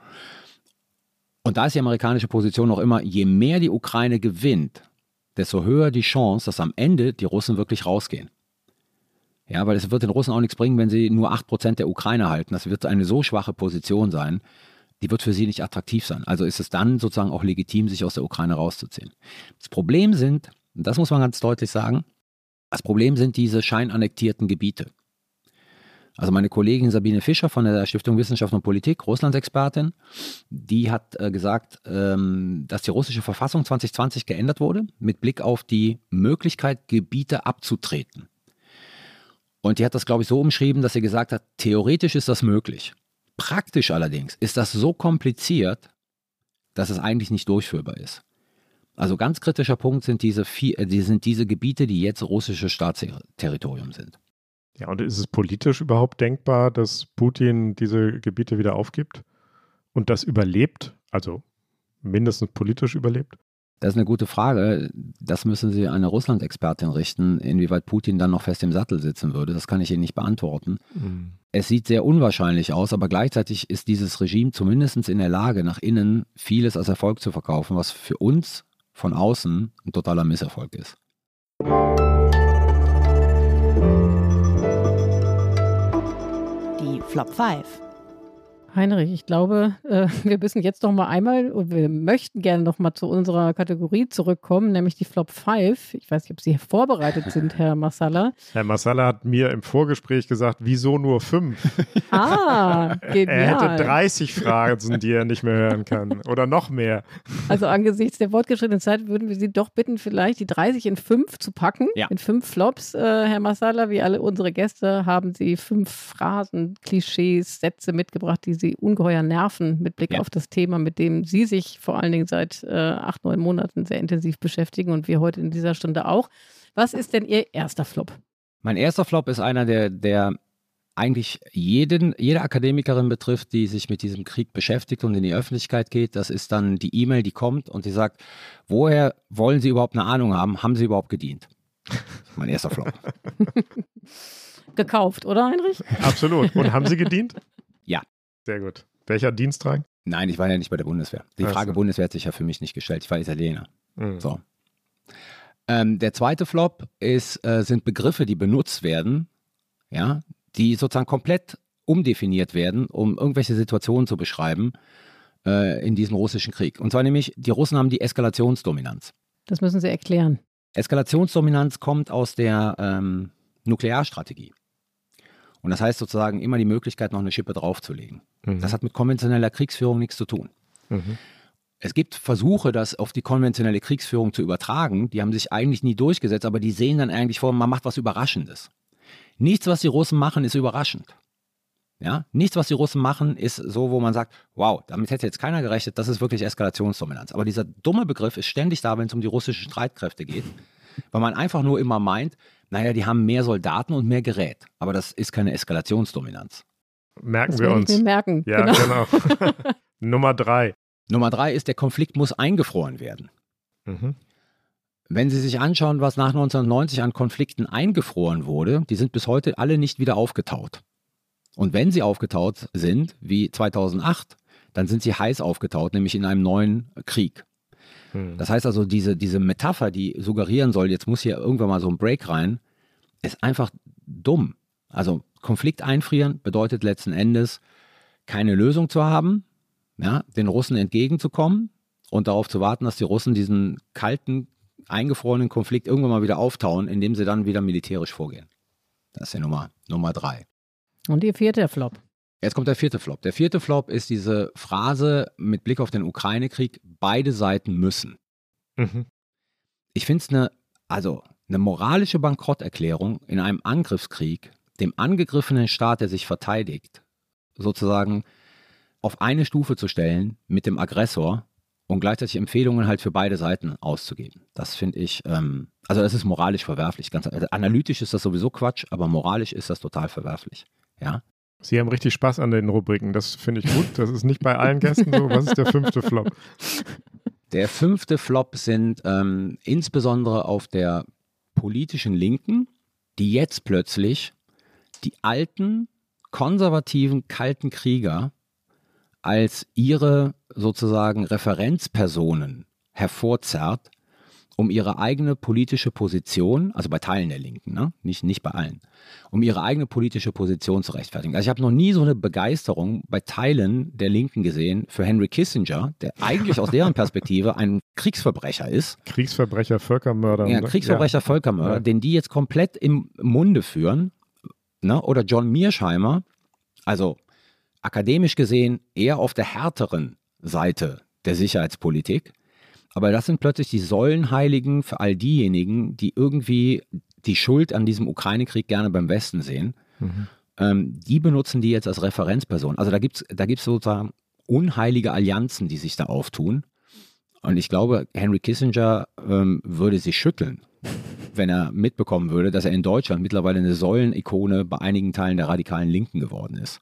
Und da ist die amerikanische Position noch immer, je mehr die Ukraine gewinnt, desto höher die Chance, dass am Ende die Russen wirklich rausgehen. Ja, weil es wird den Russen auch nichts bringen, wenn sie nur acht Prozent der Ukraine halten. Das wird eine so schwache Position sein, die wird für sie nicht attraktiv sein. Also ist es dann sozusagen auch legitim, sich aus der Ukraine rauszuziehen. Das Problem sind, und das muss man ganz deutlich sagen, das Problem sind diese scheinannektierten Gebiete. Also meine Kollegin Sabine Fischer von der Stiftung Wissenschaft und Politik, Russlandsexpertin, die hat äh, gesagt, ähm, dass die russische Verfassung zwanzig zwanzig geändert wurde, mit Blick auf die Möglichkeit, Gebiete abzutreten. Und die hat das, glaube ich, so umschrieben, dass sie gesagt hat, theoretisch ist das möglich. Praktisch allerdings ist das so kompliziert, dass es eigentlich nicht durchführbar ist. Also ganz kritischer Punkt sind diese, vier, äh, die sind diese Gebiete, die jetzt russisches Staatsterritorium sind. Ja, und ist es politisch überhaupt denkbar, dass Putin diese Gebiete wieder aufgibt und das überlebt, also mindestens politisch überlebt? Das ist eine gute Frage. Das müssen Sie an eine Russland-Expertin richten, inwieweit Putin dann noch fest im Sattel sitzen würde. Das kann ich Ihnen nicht beantworten. Mhm. Es sieht sehr unwahrscheinlich aus, aber gleichzeitig ist dieses Regime zumindest in der Lage, nach innen vieles als Erfolg zu verkaufen, was für uns von außen ein totaler Misserfolg ist. Flop fünf. Heinrich, ich glaube, äh, wir müssen jetzt noch mal einmal, und wir möchten gerne noch mal zu unserer Kategorie zurückkommen, nämlich die Flop fünf. Ich weiß nicht, ob Sie vorbereitet sind, Herr Massala. Herr Massala hat mir im Vorgespräch gesagt, wieso nur fünf? Ah, genial. Er hätte dreißig Fragen, die er nicht mehr hören kann. Oder noch mehr. Also angesichts der fortgeschrittenen Zeit würden wir Sie doch bitten, vielleicht die dreißig in fünf zu packen. Ja. In fünf Flops, äh, Herr Massala. Wie alle unsere Gäste haben Sie fünf Phrasen, Klischees, Sätze mitgebracht, die Sie ungeheuer nerven mit Blick ja. auf das Thema, mit dem Sie sich vor allen Dingen seit äh, acht, neun Monaten sehr intensiv beschäftigen und wir heute in dieser Stunde auch. Was ist denn Ihr erster Flop? Mein erster Flop ist einer, der, der eigentlich jeden, jede Akademikerin betrifft, die sich mit diesem Krieg beschäftigt und in die Öffentlichkeit geht. Das ist dann die E-Mail, die kommt und die sagt, woher wollen Sie überhaupt eine Ahnung haben? Haben Sie überhaupt gedient? Das ist mein erster Flop. Gekauft, oder Heinrich? Absolut. Und haben Sie gedient? Ja. Sehr gut. Welcher Dienstrang? Nein, ich war ja nicht bei der Bundeswehr. Die Ach Frage so. Bundeswehr hat sich ja für mich nicht gestellt. Ich war Italiener. Mhm. So. Ähm, der zweite Flop ist, äh, sind Begriffe, die benutzt werden, ja, die sozusagen komplett umdefiniert werden, um irgendwelche Situationen zu beschreiben äh, in diesem russischen Krieg. Und zwar nämlich, die Russen haben die Eskalationsdominanz. Das müssen Sie erklären. Eskalationsdominanz kommt aus der ähm, Nuklearstrategie. Und das heißt sozusagen immer die Möglichkeit, noch eine Schippe draufzulegen. Mhm. Das hat mit konventioneller Kriegsführung nichts zu tun. Mhm. Es gibt Versuche, das auf die konventionelle Kriegsführung zu übertragen. Die haben sich eigentlich nie durchgesetzt, aber die sehen dann eigentlich vor, man macht was Überraschendes. Nichts, was die Russen machen, ist überraschend. Ja? Nichts, was die Russen machen, ist so, wo man sagt, wow, damit hätte jetzt keiner gerechnet, das ist wirklich Eskalationsdominanz. Aber dieser dumme Begriff ist ständig da, wenn es um die russischen Streitkräfte geht, weil man einfach nur immer meint, naja, die haben mehr Soldaten und mehr Gerät. Aber das ist keine Eskalationsdominanz. Merken Das wir werde uns. ich mir merken. Ja, genau. genau. Nummer drei. Nummer drei ist, der Konflikt muss eingefroren werden. Mhm. Wenn Sie sich anschauen, was nach neunzehnhundertneunzig an Konflikten eingefroren wurde, die sind bis heute alle nicht wieder aufgetaut. Und wenn sie aufgetaut sind, wie zweitausendacht, dann sind sie heiß aufgetaut, nämlich in einem neuen Krieg. Mhm. Das heißt also, diese, diese Metapher, die suggerieren soll, jetzt muss hier irgendwann mal so ein Break rein, ist einfach dumm. Also Konflikt einfrieren bedeutet letzten Endes, keine Lösung zu haben, ja, den Russen entgegenzukommen und darauf zu warten, dass die Russen diesen kalten, eingefrorenen Konflikt irgendwann mal wieder auftauen, indem sie dann wieder militärisch vorgehen. Das ist ja Nummer, Nummer drei. Und Ihr vierter Flop? Jetzt kommt der vierte Flop. Der vierte Flop ist diese Phrase mit Blick auf den Ukraine-Krieg, beide Seiten müssen. Mhm. Ich finde es eine, also eine moralische Bankrotterklärung in einem Angriffskrieg, dem angegriffenen Staat, der sich verteidigt, sozusagen auf eine Stufe zu stellen mit dem Aggressor und gleichzeitig Empfehlungen halt für beide Seiten auszugeben. Das finde ich, ähm, also das ist moralisch verwerflich. Ganz, also analytisch ist das sowieso Quatsch, aber moralisch ist das total verwerflich. Ja. Sie haben richtig Spaß an den Rubriken, das finde ich gut. Das ist nicht bei allen Gästen so. Was ist der fünfte Flop? Der fünfte Flop sind ähm, insbesondere auf der politischen Linken, die jetzt plötzlich die alten, konservativen, kalten Krieger als ihre sozusagen Referenzpersonen hervorzerrt, um ihre eigene politische Position, also bei Teilen der Linken, ne? nicht, nicht bei allen, um ihre eigene politische Position zu rechtfertigen. Also ich habe noch nie so eine Begeisterung bei Teilen der Linken gesehen für Henry Kissinger, der eigentlich aus deren Perspektive ein Kriegsverbrecher ist. Kriegsverbrecher, Völkermörder. Ja, Kriegsverbrecher, ja. Völkermörder, ja. Den die jetzt komplett im Munde führen. Ne? Oder John Mearsheimer, also akademisch gesehen eher auf der härteren Seite der Sicherheitspolitik. Aber das sind plötzlich die Säulenheiligen für all diejenigen, die irgendwie die Schuld an diesem Ukraine-Krieg gerne beim Westen sehen. Mhm. Ähm, die benutzen die jetzt als Referenzperson. Also da gibt es da gibt's sozusagen unheilige Allianzen, die sich da auftun. Und ich glaube, Henry Kissinger ähm, würde sich schütteln, wenn er mitbekommen würde, dass er in Deutschland mittlerweile eine Säulenikone bei einigen Teilen der radikalen Linken geworden ist.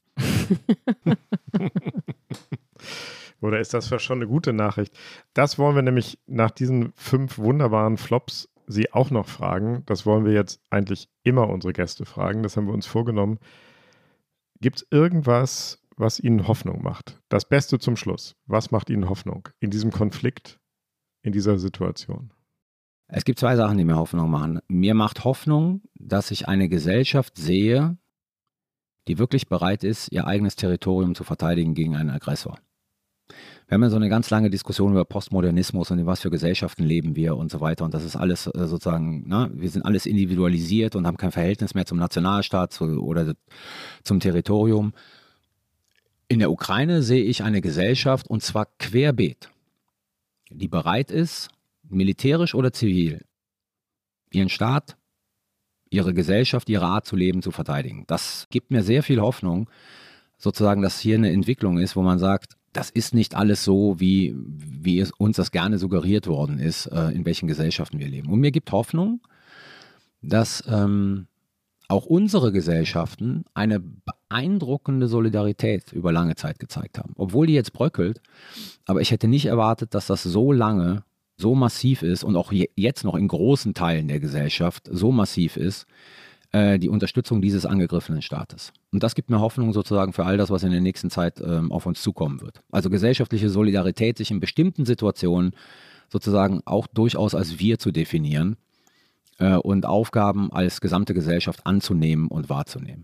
Oder ist das schon eine gute Nachricht? Das wollen wir nämlich nach diesen fünf wunderbaren Flops Sie auch noch fragen. Das wollen wir jetzt eigentlich immer unsere Gäste fragen. Das haben wir uns vorgenommen. Gibt es irgendwas, was Ihnen Hoffnung macht? Das Beste zum Schluss. Was macht Ihnen Hoffnung in diesem Konflikt, in dieser Situation? Es gibt zwei Sachen, die mir Hoffnung machen. Mir macht Hoffnung, dass ich eine Gesellschaft sehe, die wirklich bereit ist, ihr eigenes Territorium zu verteidigen gegen einen Aggressor. Wir haben ja so eine ganz lange Diskussion über Postmodernismus und in was für Gesellschaften leben wir und so weiter. Und das ist alles äh, sozusagen, na, wir sind alles individualisiert und haben kein Verhältnis mehr zum Nationalstaat zu, oder zum Territorium. In der Ukraine sehe ich eine Gesellschaft, und zwar querbeet, die bereit ist, militärisch oder zivil, ihren Staat, ihre Gesellschaft, ihre Art zu leben zu verteidigen. Das gibt mir sehr viel Hoffnung, sozusagen, dass hier eine Entwicklung ist, wo man sagt, das ist nicht alles so, wie, wie es uns das gerne suggeriert worden ist, äh, in welchen Gesellschaften wir leben. Und mir gibt Hoffnung, dass ähm, auch unsere Gesellschaften eine beeindruckende Solidarität über lange Zeit gezeigt haben. Obwohl die jetzt bröckelt, aber ich hätte nicht erwartet, dass das so lange so massiv ist und auch je, jetzt noch in großen Teilen der Gesellschaft so massiv ist, äh, die Unterstützung dieses angegriffenen Staates. Und das gibt mir Hoffnung sozusagen für all das, was in der nächsten Zeit ähm, auf uns zukommen wird. Also gesellschaftliche Solidarität, sich in bestimmten Situationen sozusagen auch durchaus als wir zu definieren äh, und Aufgaben als gesamte Gesellschaft anzunehmen und wahrzunehmen.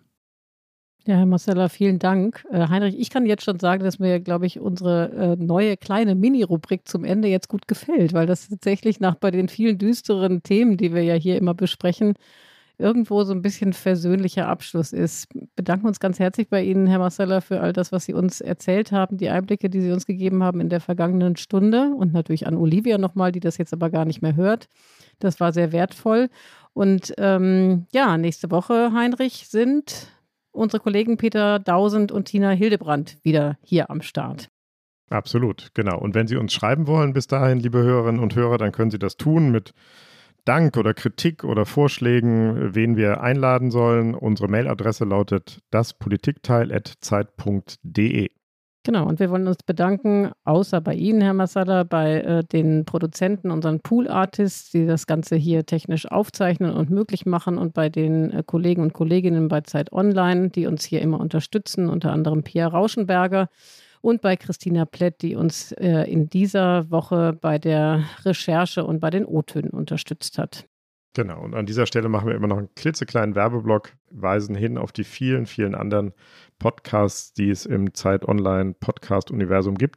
Ja, Herr Marcella, vielen Dank. Äh, Heinrich, ich kann jetzt schon sagen, dass mir, glaube ich, unsere äh, neue kleine Mini-Rubrik zum Ende jetzt gut gefällt, weil das tatsächlich nach bei den vielen düsteren Themen, die wir ja hier immer besprechen, irgendwo so ein bisschen versöhnlicher Abschluss ist. Wir bedanken uns ganz herzlich bei Ihnen, Herr Marcella, für all das, was Sie uns erzählt haben, die Einblicke, die Sie uns gegeben haben in der vergangenen Stunde, und natürlich an Olivia nochmal, die das jetzt aber gar nicht mehr hört. Das war sehr wertvoll. Und ähm, ja, nächste Woche, Heinrich, sind unsere Kollegen Peter Dausend und Tina Hildebrandt wieder hier am Start. Absolut, genau. Und wenn Sie uns schreiben wollen bis dahin, liebe Hörerinnen und Hörer, dann können Sie das tun mit Dank oder Kritik oder Vorschlägen, wen wir einladen sollen. Unsere Mailadresse lautet daspolitikteil at zeit punkt de. Genau, und wir wollen uns bedanken, außer bei Ihnen, Herr Marcella, bei äh, den Produzenten, unseren Pool-Artists, die das Ganze hier technisch aufzeichnen und möglich machen, und bei den äh, Kollegen und Kolleginnen bei Zeit Online, die uns hier immer unterstützen, unter anderem Pia Rauschenberger, und bei Christina Plett, die uns äh, in dieser Woche bei der Recherche und bei den O-Tönen unterstützt hat. Genau, und an dieser Stelle machen wir immer noch einen klitzekleinen Werbeblock, weisen hin auf die vielen, vielen anderen Podcasts, die es im Zeit Online Podcast-Universum gibt.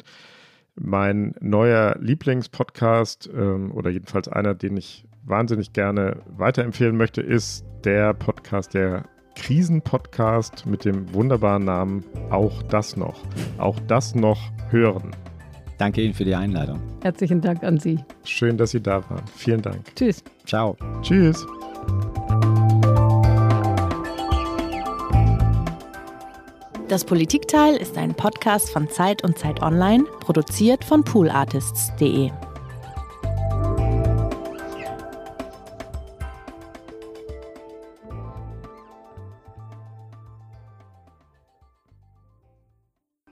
Mein neuer Lieblingspodcast, ähm, oder jedenfalls einer, den ich wahnsinnig gerne weiterempfehlen möchte, ist der Podcast der Krisenpodcast mit dem wunderbaren Namen Auch das noch. Auch das noch hören. Danke Ihnen für die Einladung. Herzlichen Dank an Sie. Schön, dass Sie da waren. Vielen Dank. Tschüss. Ciao. Tschüss. Das Politikteil ist ein Podcast von Zeit und Zeit Online, produziert von pool artists punkt de.